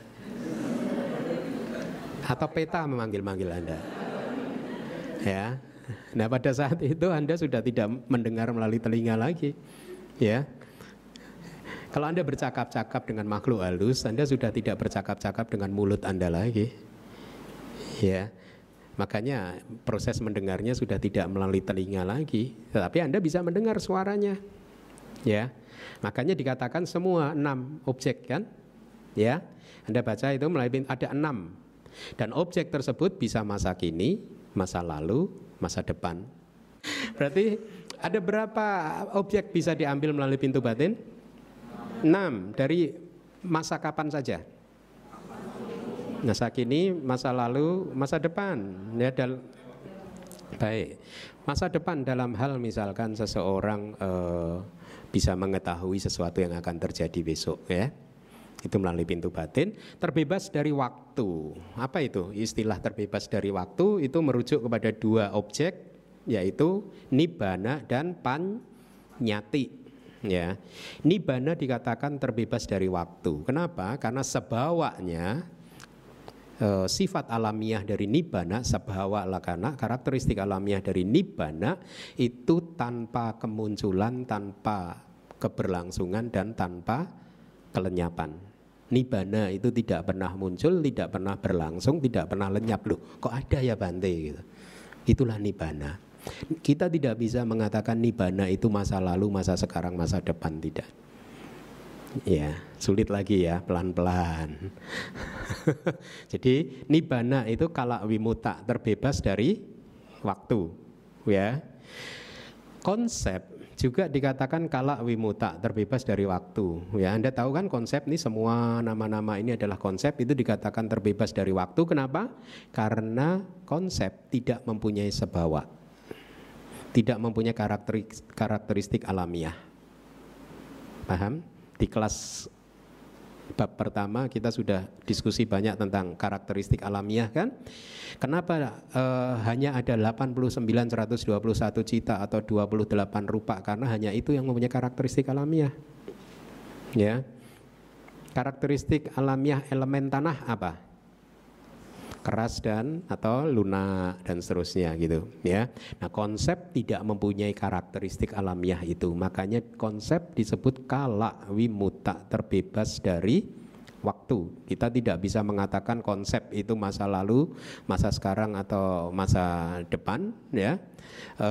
Speaker 1: Atau peta memanggil-manggil Anda? Ya. Nah, pada saat itu Anda sudah tidak mendengar melalui telinga lagi. Ya. Kalau Anda bercakap-cakap dengan makhluk halus, Anda sudah tidak bercakap-cakap dengan mulut Anda lagi. Ya. Makanya proses mendengarnya sudah tidak melalui telinga lagi, tetapi Anda bisa mendengar suaranya. Ya. Makanya dikatakan semua enam objek kan? Ya. Anda baca itu melalui ada enam. Dan objek tersebut bisa masa kini, masa lalu, masa depan. Berarti ada berapa objek bisa diambil melalui pintu batin? enam. Dari masa kapan saja? Masa kini, masa lalu, masa depan. Ya, dal- baik. Masa depan dalam hal misalkan seseorang eh, bisa mengetahui sesuatu yang akan terjadi besok, ya. Itu melalui pintu batin. Terbebas dari waktu. Apa itu? Istilah terbebas dari waktu itu merujuk kepada dua objek, yaitu nibbana dan panyati. Ya, nibbana dikatakan terbebas dari waktu. Kenapa? Karena sebawanya e, sifat alamiah dari nibbana, sabawa lakana, karakteristik alamiah dari nibbana itu tanpa kemunculan, tanpa keberlangsungan, dan tanpa kelenyapan. Nibbana itu tidak pernah muncul, tidak pernah berlangsung, tidak pernah lenyap. Loh, kok ada ya Bante gitu. Itulah nibbana. Kita tidak bisa mengatakan nibbana itu masa lalu, masa sekarang, masa depan, tidak. Ya, sulit lagi ya, pelan-pelan. Jadi nibbana itu kala wimuta, terbebas dari waktu, ya. Konsep juga dikatakan kala wimuta, terbebas dari waktu. Ya, Anda tahu kan konsep ini, semua nama-nama ini adalah konsep, itu dikatakan terbebas dari waktu. Kenapa? Karena konsep tidak mempunyai sebawa, tidak mempunyai karakteristik, karakteristik alamiah. Paham? Di kelas bab pertama kita sudah diskusi banyak tentang karakteristik alamiah kan? Kenapa uh, hanya ada delapan puluh sembilan seratus dua puluh satu cita atau dua puluh delapan rupa? Karena hanya itu yang mempunyai karakteristik alamiah. Ya. Karakteristik alamiah elemen tanah apa? keras dan atau lunak dan seterusnya gitu ya. Nah, konsep tidak mempunyai karakteristik alamiah itu, makanya konsep disebut kala wimuta, terbebas dari waktu. Kita tidak bisa mengatakan konsep itu masa lalu, masa sekarang atau masa depan ya. E,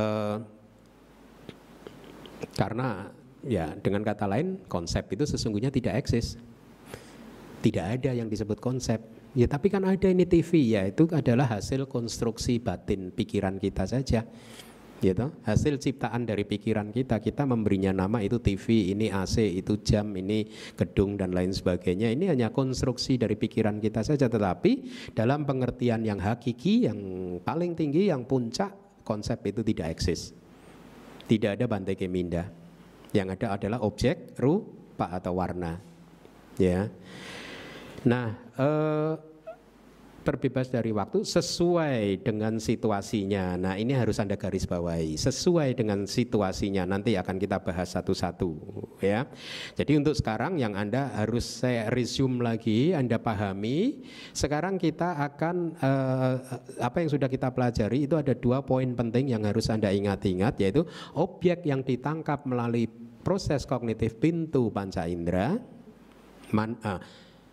Speaker 1: karena ya dengan kata lain konsep itu sesungguhnya tidak eksis. Tidak ada yang disebut konsep. Ya tapi kan ada ini T V, ya itu adalah hasil konstruksi batin pikiran kita saja. Gitu. Hasil ciptaan dari pikiran kita. Kita memberinya nama itu T V, ini A C, itu jam, ini gedung dan lain sebagainya. Ini hanya konstruksi dari pikiran kita saja. Tetapi dalam pengertian yang hakiki, yang paling tinggi, yang puncak, konsep itu tidak eksis. Tidak ada Bante Keminda. Yang ada adalah objek, rupa atau warna. Ya. Nah, eh, terbebas dari waktu sesuai dengan situasinya. Nah, ini harus Anda garis bawahi. Sesuai dengan situasinya. Nanti akan kita bahas satu-satu, ya. Jadi untuk sekarang yang Anda harus saya resume lagi, Anda pahami. Sekarang kita akan eh, apa yang sudah kita pelajari itu ada dua poin penting yang harus Anda ingat-ingat, yaitu objek yang ditangkap melalui proses kognitif pintu panca indera. Man, eh,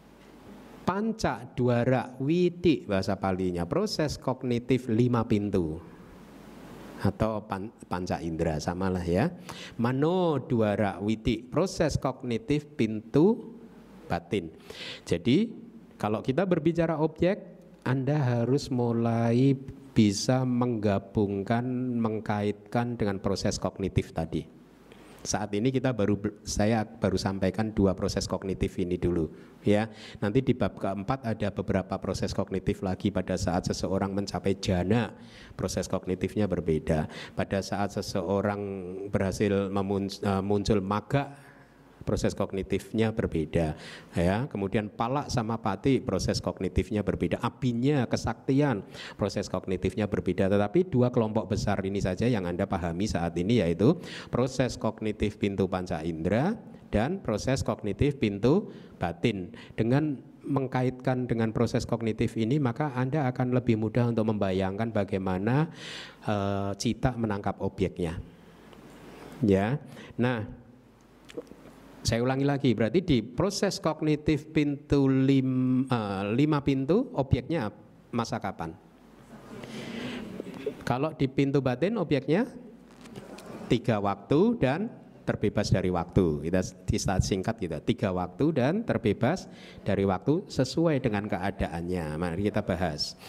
Speaker 1: Panca dwara witi bahasa Palinya, proses kognitif lima pintu atau pan, panca indera, samalah ya. Mano dwara witi, proses kognitif pintu batin. Jadi kalau kita berbicara objek, Anda harus mulai bisa menggabungkan, mengkaitkan dengan proses kognitif tadi. Saat ini kita baru saya baru sampaikan dua proses kognitif ini dulu ya. Nanti di bab keempat ada beberapa proses kognitif lagi. Pada saat seseorang mencapai jana, proses kognitifnya berbeda. Pada saat seseorang berhasil muncul maga, proses kognitifnya berbeda ya. Kemudian palak sama pati, proses kognitifnya berbeda. Apinya, kesaktian, proses kognitifnya berbeda. Tetapi dua kelompok besar ini saja yang Anda pahami saat ini, yaitu proses kognitif pintu panca indera dan proses kognitif pintu batin. Dengan mengkaitkan dengan proses kognitif ini, maka Anda akan lebih mudah untuk membayangkan bagaimana uh, cita menangkap objeknya ya. Nah, saya ulangi lagi, berarti di proses kognitif pintu lim, uh, lima pintu, objeknya masa kapan? Kalau di pintu batin objeknya tiga waktu dan terbebas dari waktu. Kita, kita singkat gitu, tiga waktu dan terbebas dari waktu sesuai dengan keadaannya. Mari kita bahas.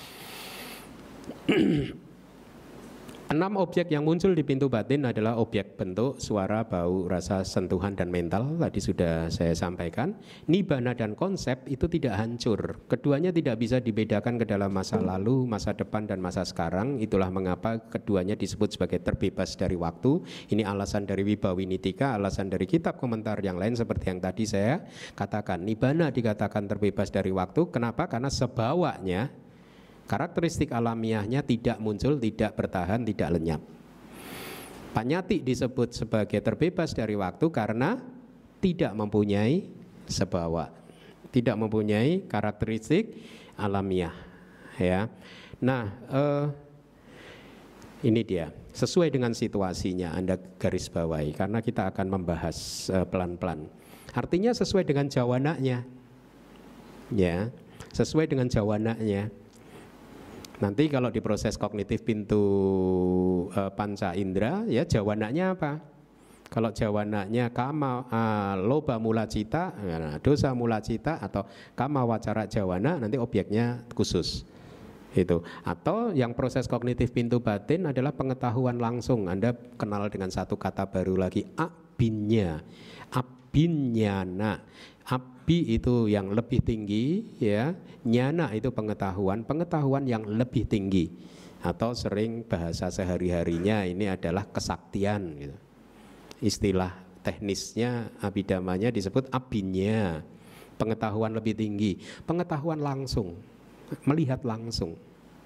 Speaker 1: Enam objek yang muncul di pintu batin adalah objek bentuk, suara, bau, rasa, sentuhan, dan mental. Tadi sudah saya sampaikan. Nibbana dan konsep itu tidak hancur. Keduanya tidak bisa dibedakan ke dalam masa lalu, masa depan, dan masa sekarang. Itulah mengapa keduanya disebut sebagai terbebas dari waktu. Ini alasan dari Wibawinitika, alasan dari kitab komentar yang lain seperti yang tadi saya katakan. Nibbana dikatakan terbebas dari waktu. Kenapa? Karena sebawanya, karakteristik alamiahnya tidak muncul, tidak bertahan, tidak lenyap. Panyati disebut sebagai terbebas dari waktu karena tidak mempunyai sebawa, tidak mempunyai karakteristik alamiah. Ya, nah eh, ini dia. Sesuai dengan situasinya Anda garis bawahi karena kita akan membahas eh, pelan-pelan. Artinya sesuai dengan jawananya, ya, sesuai dengan jawananya. Nanti kalau di proses kognitif pintu e, panca indera, ya jawananya apa? Kalau jawananya kama uh, loba mula cita, ya, dosa mula cita, atau kama wacara jawana, nanti objeknya khusus. Itu. Atau yang proses kognitif pintu batin adalah pengetahuan langsung. Anda kenal dengan satu kata baru lagi, abinya, abinyana. Abi itu yang lebih tinggi, ya. Nyana itu pengetahuan, pengetahuan yang lebih tinggi. Atau sering bahasa sehari-harinya ini adalah kesaktian, gitu. Istilah teknisnya abhidhamanya disebut abinya, pengetahuan lebih tinggi, pengetahuan langsung, melihat langsung,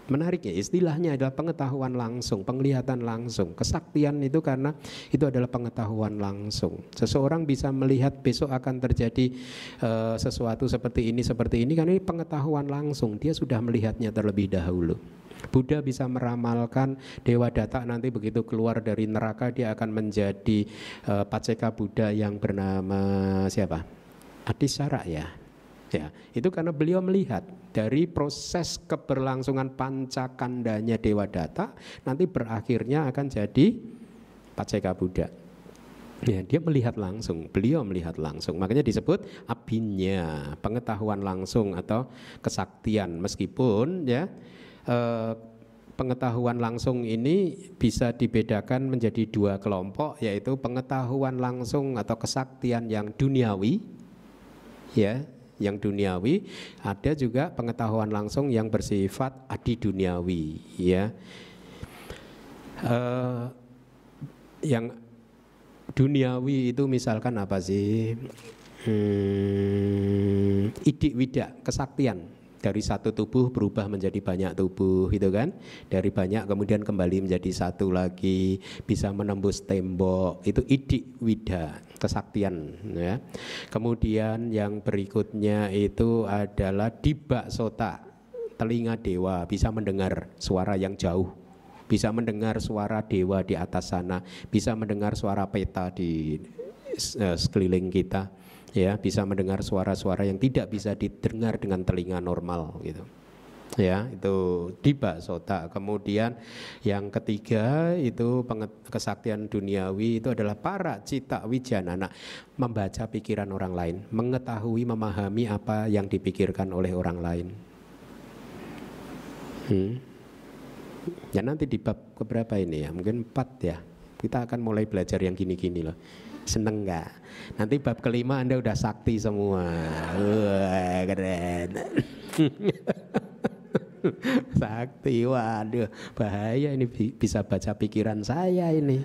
Speaker 1: Menarik ya, istilahnya adalah pengetahuan langsung, penglihatan langsung. Kesaktian itu karena itu adalah pengetahuan langsung. Seseorang bisa melihat besok akan terjadi uh, sesuatu seperti ini, seperti ini, karena ini pengetahuan langsung. Dia sudah melihatnya terlebih dahulu. Buddha bisa meramalkan Dewa Datta nanti begitu keluar dari neraka dia akan menjadi uh, Paceka Buddha yang bernama siapa? Adisara ya. Ya, itu karena beliau melihat dari proses keberlangsungan pancakandanya Dewa Datta nanti berakhirnya akan jadi Paceka Buddha. Ya, dia melihat langsung, beliau melihat langsung. Makanya disebut abinya, pengetahuan langsung atau kesaktian. Meskipun ya eh, pengetahuan langsung ini bisa dibedakan menjadi dua kelompok, yaitu pengetahuan langsung atau kesaktian yang duniawi, ya. Yang duniawi, ada juga pengetahuan langsung yang bersifat adi duniawi, ya. Uh, yang duniawi itu misalkan apa sih? Hmm, idik wida, kesaktian. Dari satu tubuh berubah menjadi banyak tubuh, gitu kan? Dari banyak kemudian kembali menjadi satu lagi, bisa menembus tembok. Itu idik wida, kesaktian, ya. Kemudian yang berikutnya itu adalah dibak sota, telinga dewa, bisa mendengar suara yang jauh, bisa mendengar suara dewa di atas sana, bisa mendengar suara peta di uh, sekeliling kita. Ya, bisa mendengar suara-suara yang tidak bisa didengar dengan telinga normal gitu. Ya, itu dibak sota. Kemudian yang ketiga itu kesaktian duniawi itu adalah para cita wijanana, membaca pikiran orang lain, mengetahui, memahami apa yang dipikirkan oleh orang lain. Hmm. Ya nanti di bab keberapa ini ya? Mungkin empat ya. Kita akan mulai belajar yang gini-gini loh. Seneng nggak? Nanti bab kelima Anda udah sakti semua. Wah, keren. Sakti, waduh, bahaya ini, bisa baca pikiran saya ini.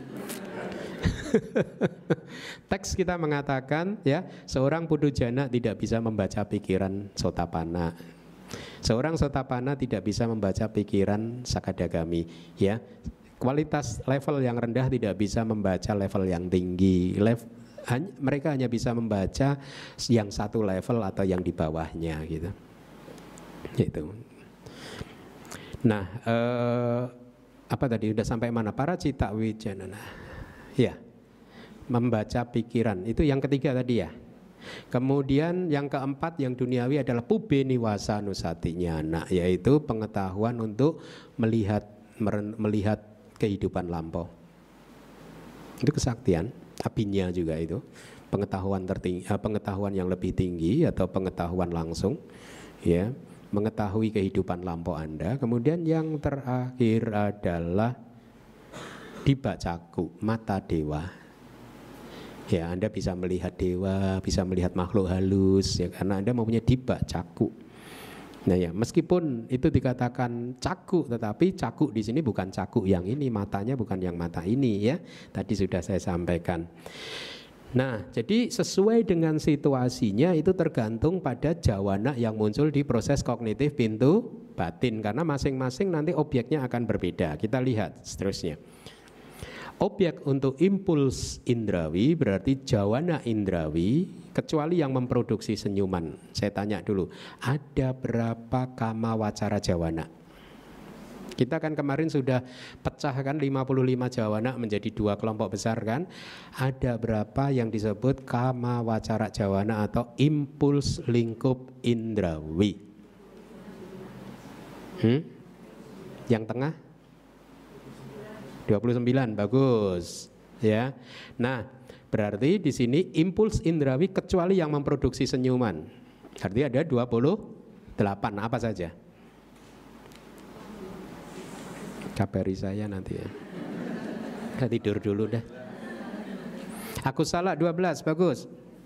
Speaker 1: Teks kita mengatakan ya, seorang pudujana tidak bisa membaca pikiran Sotapana. Seorang Sotapana tidak bisa membaca pikiran Sakadagami, ya. Kualitas level yang rendah tidak bisa membaca level yang tinggi. Level, hanya, mereka hanya bisa membaca yang satu level atau yang di bawahnya gitu. Gitu. Nah, eh, apa tadi udah sampai mana? Para cita wijanana. Ya, membaca pikiran. Itu yang ketiga tadi ya. Kemudian yang keempat yang duniawi adalah pube niwasa nusati nyana, yaitu pengetahuan untuk melihat melihat kehidupan lampau. Itu kesaktian, apinya juga itu pengetahuan tertinggi, pengetahuan yang lebih tinggi atau pengetahuan langsung, ya, mengetahui kehidupan lampau Anda. Kemudian yang terakhir adalah dibacaku, mata dewa. Ya, Anda bisa melihat dewa, bisa melihat makhluk halus, ya, karena Anda mempunyai dibacaku. Nah ya, meskipun itu dikatakan caku, tetapi caku di sini bukan caku yang ini, matanya bukan yang mata ini ya. Tadi sudah saya sampaikan. Nah, jadi sesuai dengan situasinya itu tergantung pada jawana yang muncul di proses kognitif pintu batin, karena masing-masing nanti objeknya akan berbeda. Kita lihat seterusnya. Objek untuk impuls indrawi berarti jawana indrawi, kecuali yang memproduksi senyuman. Saya tanya dulu, ada berapa kama wacara jawana? Kita kan kemarin sudah pecahkan lima puluh lima jawana menjadi dua kelompok besar kan. Ada berapa yang disebut kama wacara jawana atau impuls lingkup indrawi? Hmm? Yang tengah? dua puluh sembilan, bagus. Ya. Nah, berarti di sini impuls indrawi kecuali yang memproduksi senyuman. Artinya ada dua puluh delapan, apa saja? Kabari saya nanti ya. Saya tidur dulu dah. Aku salah dua belas, bagus.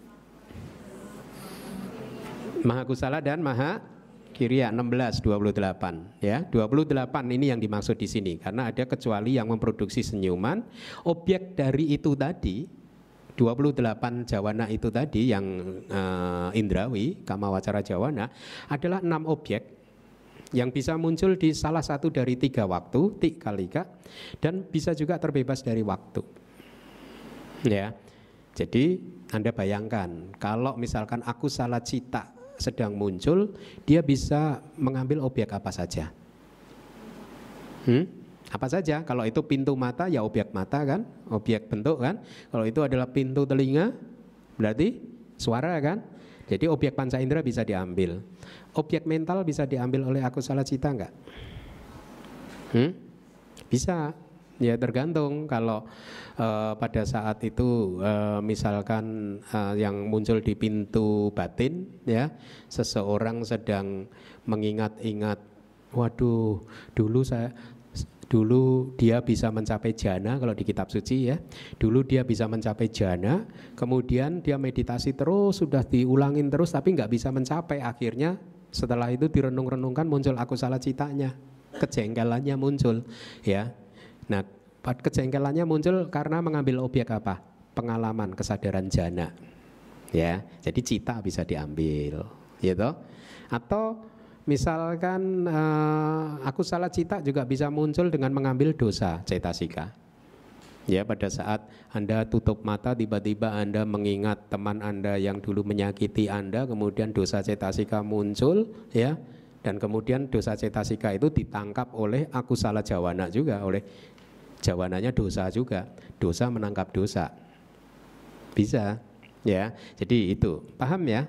Speaker 1: Maha kusala dan maha kiriya enam belas, dua puluh delapan ya. dua puluh delapan ini yang dimaksud di sini karena ada kecuali yang memproduksi senyuman. Objek dari itu tadi dua puluh delapan jawana itu tadi yang uh, indrawi kama wacara jawana adalah enam objek yang bisa muncul di salah satu dari tiga waktu, tikalika, dan bisa juga terbebas dari waktu. Ya, jadi Anda bayangkan kalau misalkan aku salah cita sedang muncul, dia bisa mengambil objek apa saja. Hmm? Apa saja? Kalau itu pintu mata, ya objek mata kan, objek bentuk kan. Kalau itu adalah pintu telinga, berarti suara kan. Jadi objek panca indera bisa diambil. Objek mental bisa diambil oleh aku salah cita enggak? Hmm? Bisa. Ya tergantung kalau uh, pada saat itu uh, misalkan uh, yang muncul di pintu batin, ya, seseorang sedang mengingat-ingat, waduh, dulu saya dulu dia bisa mencapai jana, kalau di kitab suci ya, dulu dia bisa mencapai jana, kemudian dia meditasi terus, sudah diulangin terus tapi nggak bisa mencapai, akhirnya setelah itu direnung-renungkan muncul aku salah citanya, kejengkelannya muncul, ya. Nah, kejengkelannya muncul karena mengambil objek apa? Pengalaman, kesadaran jana. Ya, jadi cita bisa diambil, gitu. Atau misalkan uh, aku salah cita juga bisa muncul dengan mengambil dosa cetasika. Ya, pada saat Anda tutup mata, tiba-tiba Anda mengingat teman Anda yang dulu menyakiti Anda, kemudian dosa cetasika muncul, ya. Dan kemudian dosa cetasika itu ditangkap oleh aku salah jawana juga, oleh jawananya dosa juga. Dosa menangkap dosa. Bisa, ya. Jadi itu, paham ya?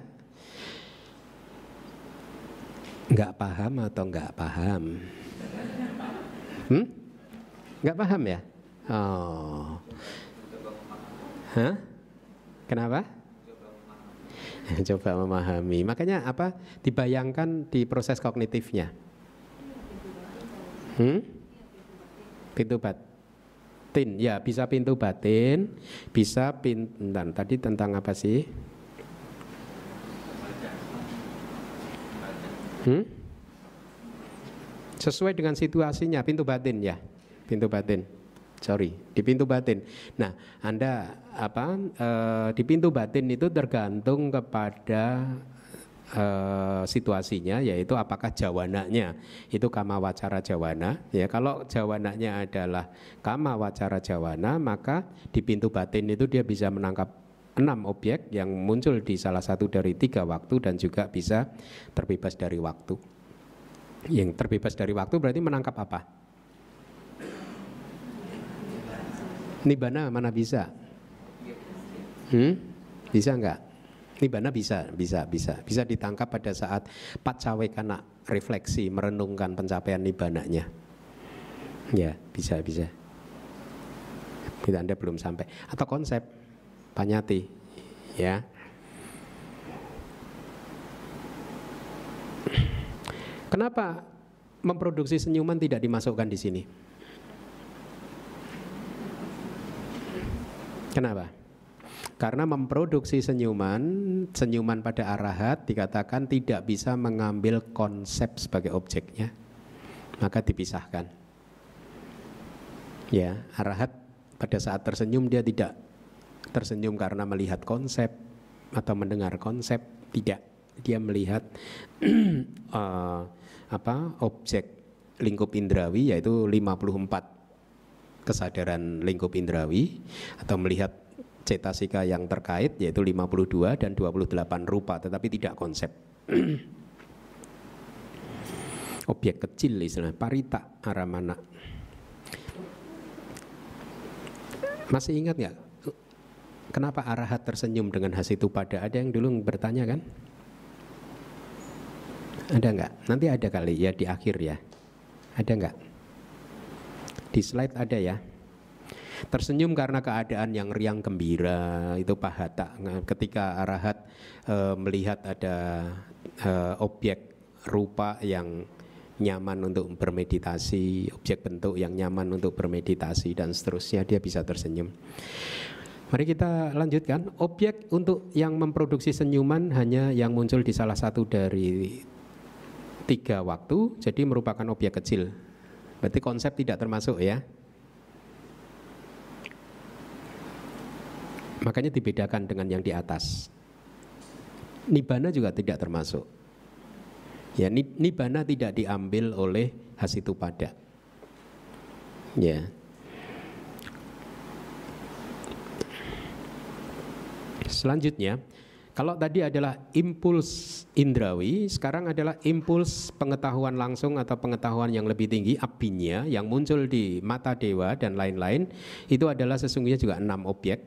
Speaker 1: Enggak paham atau enggak paham? Hmm? Enggak paham ya? Oh. Hah? Kenapa? Coba memahami. Makanya apa? Dibayangkan di proses kognitifnya. Hmm? Pintu batin, ya bisa pintu batin, bisa pintu. Tadi tentang apa sih? Hmm? Sesuai dengan situasinya, pintu batin ya, pintu batin. Sorry, di pintu batin. Nah, Anda apa? E, di pintu batin itu tergantung kepada e, situasinya, yaitu apakah jawananya itu kama wacara jawana. Ya, kalau jawananya adalah kama wacara jawana, maka di pintu batin itu dia bisa menangkap enam objek yang muncul di salah satu dari tiga waktu dan juga bisa terbebas dari waktu. Yang terbebas dari waktu berarti menangkap apa? Nibbana mana bisa? Hmm? Bisa enggak? Nibbana bisa, bisa, bisa. Bisa ditangkap pada saat pacawekana, refleksi, merenungkan pencapaian nibbananya. Ya, bisa, bisa. Bila Anda belum sampai. Atau konsep panyati, ya. Kenapa memproduksi senyuman tidak dimasukkan di sini? Kenapa? Karena memproduksi senyuman, senyuman pada arahat dikatakan tidak bisa mengambil konsep sebagai objeknya, maka dipisahkan. Ya, arahat pada saat tersenyum dia tidak tersenyum karena melihat konsep atau mendengar konsep, tidak. Dia melihat uh, apa objek lingkup indrawi, yaitu lima puluh empat kesadaran lingkup indrawi, atau melihat cetasika yang terkait yaitu lima puluh dua dan dua puluh delapan rupa, tetapi tidak konsep. Objek kecil istilahnya, parita aramana. Masih ingat nggak kenapa arahat tersenyum dengan hasitupada? Ada yang dulu bertanya kan? Ada nggak? Nanti ada kali ya di akhir ya. Ada nggak? Di slide ada ya. Tersenyum karena keadaan yang riang gembira, itu pahata. Ketika arahat e, melihat ada e, objek rupa yang nyaman untuk bermeditasi, objek bentuk yang nyaman untuk bermeditasi dan seterusnya, dia bisa tersenyum. Mari kita lanjutkan. Objek untuk yang memproduksi senyuman hanya yang muncul di salah satu dari tiga waktu, jadi merupakan objek kecil. Berarti konsep tidak termasuk ya. Makanya dibedakan dengan yang di atas. Nibbana juga tidak termasuk. Ya, nibbana tidak diambil oleh Hasitupada. Ya. Selanjutnya, kalau tadi adalah impuls indrawi, sekarang adalah impuls pengetahuan langsung atau pengetahuan yang lebih tinggi, abhinya, yang muncul di mata dewa dan lain-lain. Itu adalah sesungguhnya juga enam objek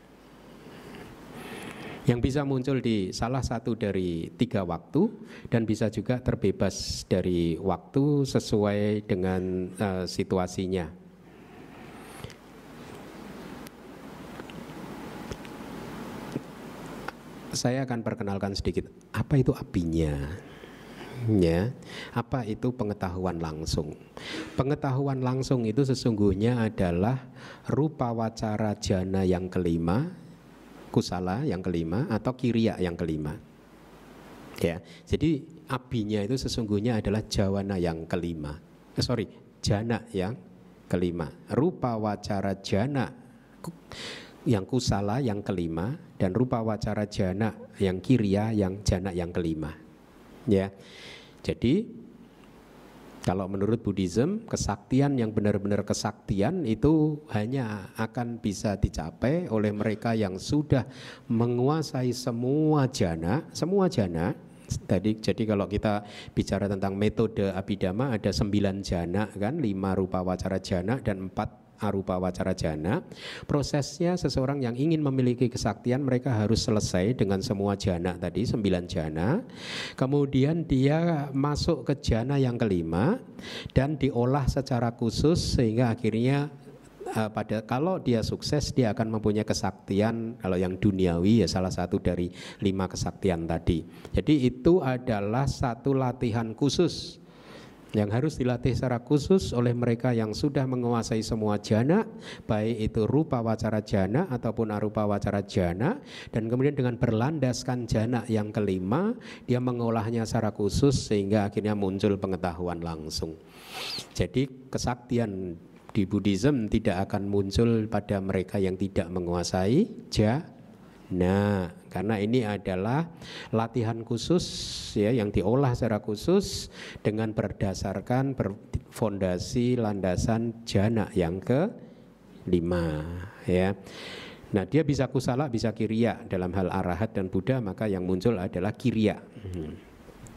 Speaker 1: yang bisa muncul di salah satu dari tiga waktu dan bisa juga terbebas dari waktu sesuai dengan uh, situasinya. Saya akan perkenalkan sedikit apa itu abhinya, ya. Apa itu pengetahuan langsung? Pengetahuan langsung itu sesungguhnya adalah rupa wacara jana yang kelima, kusala yang kelima, atau kiriya yang kelima. Ya, jadi abhinya itu sesungguhnya adalah jawana yang kelima. Eh, sorry, jana yang kelima. Rupa wacara jana yang kusala yang kelima, dan rupa wacara jana yang kiriya yang jana yang kelima. Ya, jadi kalau menurut Buddhism, kesaktian yang benar-benar kesaktian itu hanya akan bisa dicapai oleh mereka yang sudah menguasai semua jana, semua jana. Tadi, jadi kalau kita bicara tentang metode Abhidhamma ada sembilan jana kan, lima rupa wacara jana dan empat arupa wacara jana. Prosesnya seseorang yang ingin memiliki kesaktian, mereka harus selesai dengan semua jana tadi, sembilan jana. Kemudian dia masuk ke jana yang kelima dan diolah secara khusus sehingga akhirnya uh, pada kalau dia sukses dia akan mempunyai kesaktian. Kalau yang duniawi ya salah satu dari lima kesaktian tadi. Jadi itu adalah satu latihan khusus yang harus dilatih secara khusus oleh mereka yang sudah menguasai semua jana, baik itu rupa wacara jana ataupun arupa wacara jana. Dan kemudian dengan berlandaskan jana yang kelima, dia mengolahnya secara khusus sehingga akhirnya muncul pengetahuan langsung. Jadi kesaktian di Buddhism tidak akan muncul pada mereka yang tidak menguasai jana. Nah, karena ini adalah latihan khusus ya yang diolah secara khusus dengan berdasarkan fondasi landasan jana yang kelima ya. Nah, dia bisa kusala, bisa kiriya. Dalam hal arahat dan Buddha maka yang muncul adalah kiriya. Hmm.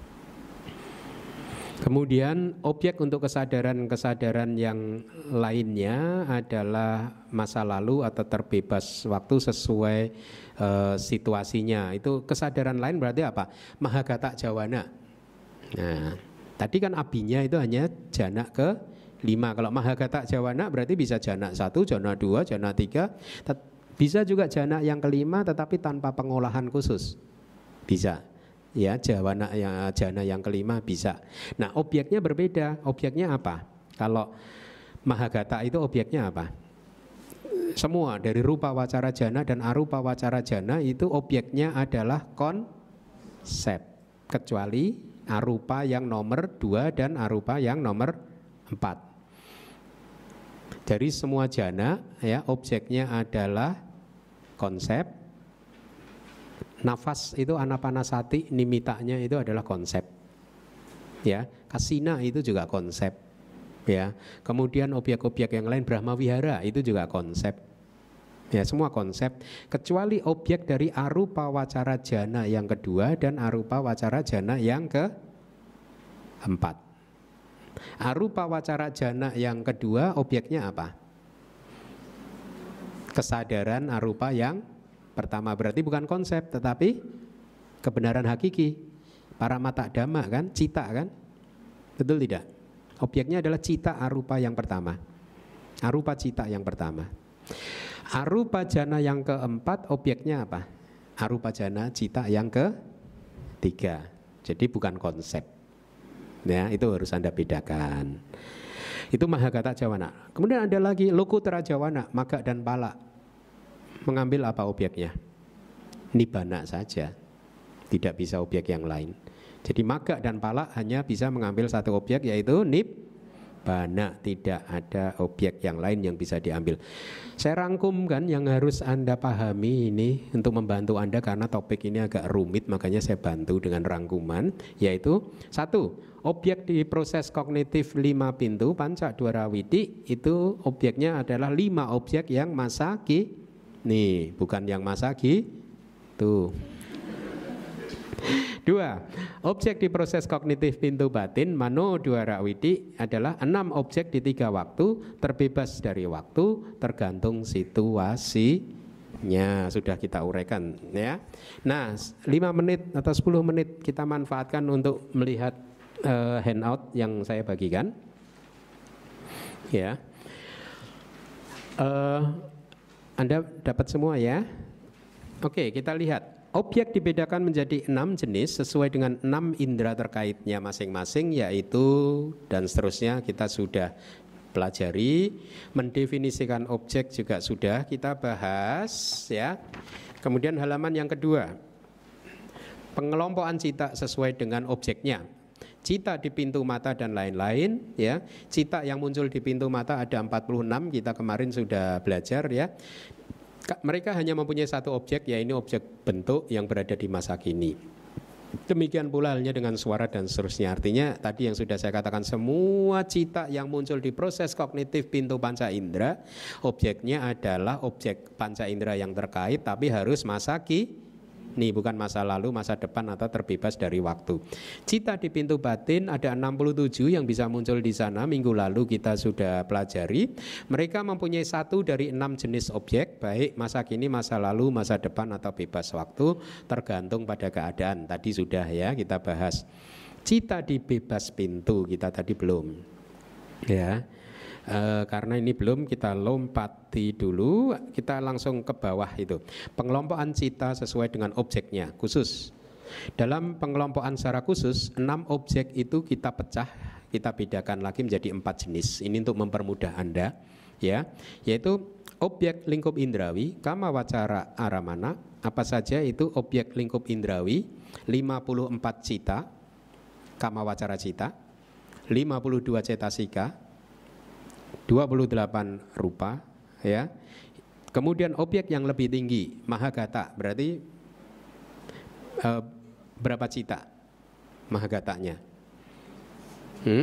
Speaker 1: Kemudian objek untuk kesadaran-kesadaran yang lainnya adalah masa lalu atau terbebas waktu sesuai uh, situasinya. Itu kesadaran lain berarti apa? Mahagata jawana. Nah, tadi kan abhinya itu hanya jana ke lima. Kalau mahagata jawana berarti bisa jana satu, jana dua, jana tiga. Bisa juga jana yang kelima tetapi tanpa pengolahan khusus. Bisa. Ya, jawana yang jana yang kelima bisa. Nah, objeknya berbeda. Objeknya apa? Kalau mahagata itu objeknya apa? Semua dari rupa wacara jana dan arupa wacara jana itu objeknya adalah konsep, kecuali arupa yang nomor dua dan arupa yang nomor empat. Dari semua jana ya objeknya adalah konsep. Nafas itu anapanasati, nimitanya itu adalah konsep. Ya, kasina itu juga konsep. Ya, kemudian objek-objek yang lain Brahma Vihara itu juga konsep. Ya, semua konsep kecuali objek dari arupa wacara jana yang kedua dan arupa wacara jana yang keempat. Arupa wacara jana yang kedua objeknya apa? Kesadaran arupa yang pertama, berarti bukan konsep tetapi kebenaran hakiki. Para mata dhamma kan, cita kan? Betul tidak? Objeknya adalah cita arupa yang pertama. Arupa cita yang pertama. Arupa jana yang keempat objeknya apa? Arupa jana cita yang ketiga. Jadi bukan konsep. Ya, itu harus Anda bedakan. Itu mahagata jawana. Kemudian ada lagi lokuttara jawana, maga dan pala. Mengambil apa objeknya? Nibbana saja. Tidak bisa objek yang lain. Jadi maga dan pala hanya bisa mengambil satu objek yaitu nib Nibbana, tidak ada objek yang lain yang bisa diambil. Saya rangkumkan yang harus Anda pahami ini untuk membantu Anda, karena topik ini agak rumit, makanya saya bantu dengan rangkuman, yaitu satu, objek di proses kognitif lima pintu panca dwara widi itu objeknya adalah lima objek yang masaki. Nih, bukan yang masaki. Tuh. Dua, objek di proses kognitif pintu batin mano dwara widi adalah enam objek di tiga waktu, terbebas dari waktu, tergantung situasinya. Sudah kita uraikan ya. Nah, lima menit atau sepuluh menit kita manfaatkan untuk melihat uh, handout yang saya bagikan. Ya. Uh, Anda dapat semua ya? Oke, kita lihat. Objek dibedakan menjadi enam jenis sesuai dengan enam indera terkaitnya masing-masing, yaitu dan seterusnya kita sudah pelajari. Mendefinisikan objek juga sudah kita bahas ya. Kemudian halaman yang kedua, pengelompokan cita sesuai dengan objeknya. Cita di pintu mata dan lain-lain ya. Cita yang muncul di pintu mata ada empat puluh enam, kita kemarin sudah belajar ya. Mereka hanya mempunyai satu objek, yaitu objek bentuk yang berada di masa kini. Demikian pula halnya dengan suara dan seterusnya. Artinya tadi yang sudah saya katakan, semua cita yang muncul di proses kognitif pintu panca indera, objeknya adalah objek panca indera yang terkait, tapi harus masa kini. Nih, bukan masa lalu, masa depan atau terbebas dari waktu. Cita di pintu batin ada enam puluh tujuh yang bisa muncul di sana. Minggu lalu kita sudah pelajari. Mereka mempunyai satu dari enam jenis objek, baik masa kini, masa lalu, masa depan atau bebas waktu, tergantung pada keadaan. Tadi sudah ya kita bahas. Cita di bebas pintu kita tadi belum. Ya. E, karena ini belum, kita lompati dulu, kita langsung ke bawah itu. Pengelompokan cita sesuai dengan objeknya khusus. Dalam pengelompokan secara khusus, enam objek itu kita pecah, kita bedakan lagi menjadi empat jenis. Ini untuk mempermudah Anda ya, yaitu objek lingkup indrawi, kama wacara aramana. Apa saja itu objek lingkup indrawi? lima puluh empat cita, kama wacara cita, lima puluh dua cetasika, dua puluh delapan rupa ya. Kemudian objek yang lebih tinggi mahagata, berarti uh, berapa cita mahagatanya? Hmm?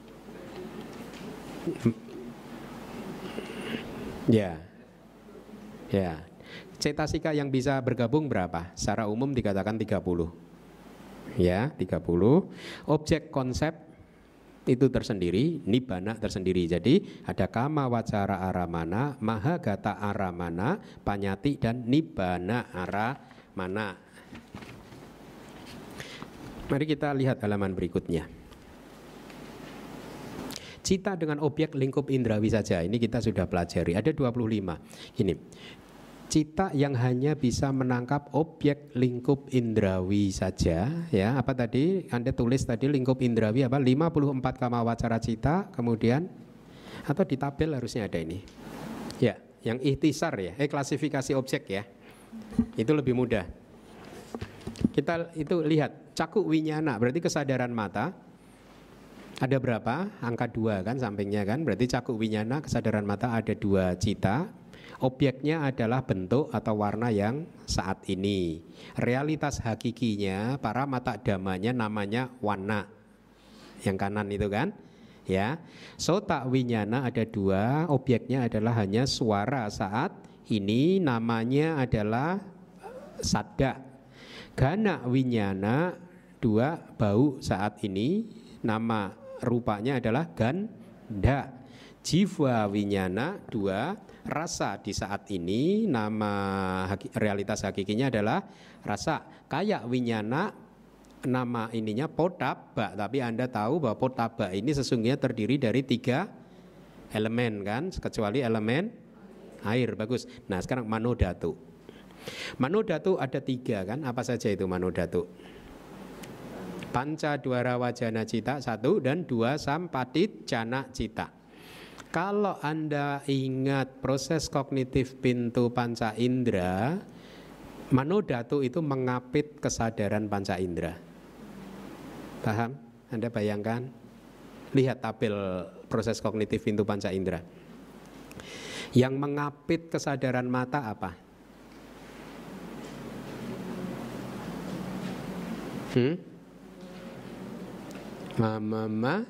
Speaker 1: Ya. Ya. Cetasika yang bisa bergabung berapa? Secara umum dikatakan tiga puluh. Ya, tiga puluh. Objek konsep itu tersendiri, nibbana tersendiri. Jadi ada kama wacara aramana, mahagata aramana, panyati dan nibbana aramana. Mari kita lihat halaman berikutnya. Cita dengan objek lingkup indrawi saja, ini kita sudah pelajari. Ada dua puluh lima. Ini cita yang hanya bisa menangkap objek lingkup indrawi saja ya. Apa tadi Anda tulis tadi lingkup indrawi apa? lima puluh empat kama wacara cita, kemudian atau di tabel harusnya ada ini. Ya, yang ikhtisar ya, eh klasifikasi objek ya. Itu lebih mudah. Kita itu lihat caku winyana, berarti kesadaran mata. Ada berapa? Angka dua kan sampingnya kan. Berarti caku winyana, kesadaran mata ada dua cita. Objeknya adalah bentuk atau warna yang saat ini. Realitas hakikinya, para mata damanya namanya warna. Yang kanan itu kan? Ya. Sota winyana ada dua, objeknya adalah hanya suara saat ini, namanya adalah sadda. Gana winyana dua, bau saat ini, nama rupanya adalah ganda. Jiwa winyana dua, rasa di saat ini, nama haki, realitas hakikinya adalah rasa. Kaya winyana, nama ininya potaba, tapi Anda tahu bahwa potaba ini sesungguhnya terdiri dari tiga elemen kan, kecuali elemen air. Bagus. Nah sekarang manodatu. Manodatu ada tiga kan, apa saja itu manodatu? Panca dwara wajana cita satu dan dua sampatit jana cita. Kalau Anda ingat proses kognitif pintu panca indera, manodatu itu mengapit kesadaran panca indera. Paham? Anda bayangkan? Lihat tabel proses kognitif pintu panca indera. Yang mengapit kesadaran mata apa? Hmm? Mama,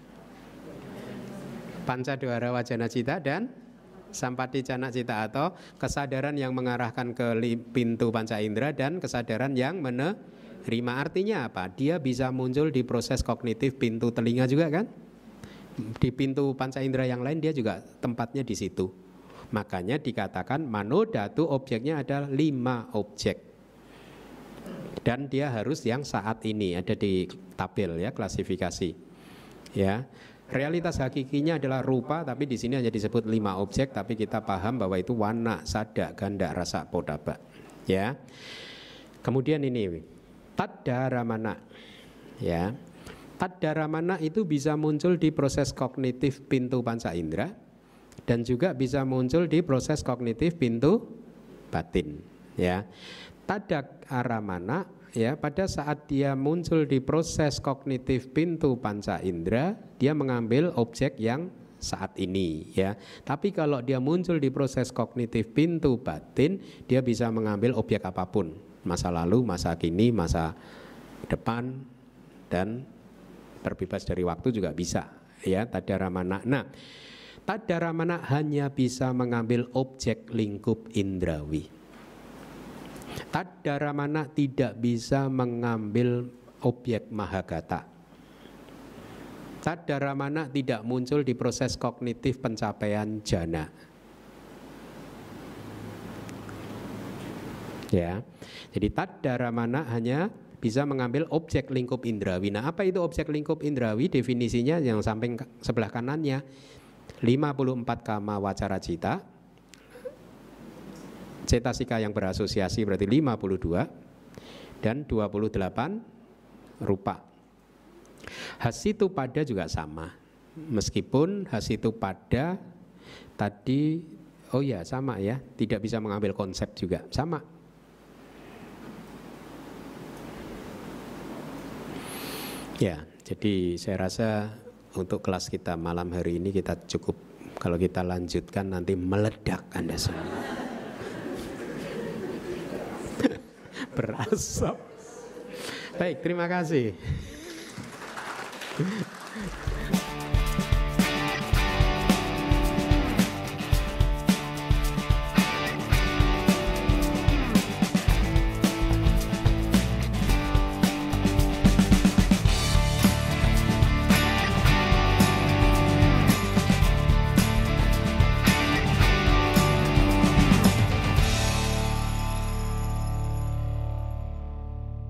Speaker 1: panca dwara wajana cita dan sampati cana cita, atau kesadaran yang mengarahkan ke pintu panca indera dan kesadaran yang menerima. Artinya apa? Dia bisa muncul di proses kognitif pintu telinga juga kan? Di pintu panca indera yang lain dia juga tempatnya di situ. Makanya dikatakan manodatu objeknya ada lima objek. Dan dia harus yang saat ini ada di tabel ya, klasifikasi. Ya. Realitas hakikinya adalah rupa, tapi di sini hanya disebut lima objek, tapi kita paham bahwa itu wana, sada, ganda, rasa, podaba. Ya. Kemudian ini taddaramana. Ya. Taddaramana itu bisa muncul di proses kognitif pintu panca indera dan juga bisa muncul di proses kognitif pintu batin. Ya. Tadak aramana, ya, pada saat dia muncul di proses kognitif pintu panca indera, dia mengambil objek yang saat ini, ya. Tapi kalau dia muncul di proses kognitif pintu batin, dia bisa mengambil objek apapun, masa lalu, masa kini, masa depan, dan terbebas dari waktu juga bisa, ya. Tadaramana. Nah, tadaramana hanya bisa mengambil objek lingkup indrawi. Taddaramana tidak bisa mengambil objek mahagata. Taddaramana tidak muncul di proses kognitif pencapaian jana. Ya, jadi taddaramana hanya bisa mengambil objek lingkup indrawi. Nah, apa itu objek lingkup indrawi? Definisinya yang samping sebelah kanannya, lima puluh empat kama wacara cita. Cetasika yang berasosiasi berarti lima puluh dua dan dua puluh delapan rupa. Hasitu pada juga sama. Meskipun hasitu pada tadi, oh ya sama ya, tidak bisa mengambil konsep juga, sama. Ya, jadi saya rasa untuk kelas kita malam hari ini kita cukup. Kalau kita lanjutkan nanti meledak Anda semua. Berasap. Baik, terima kasih.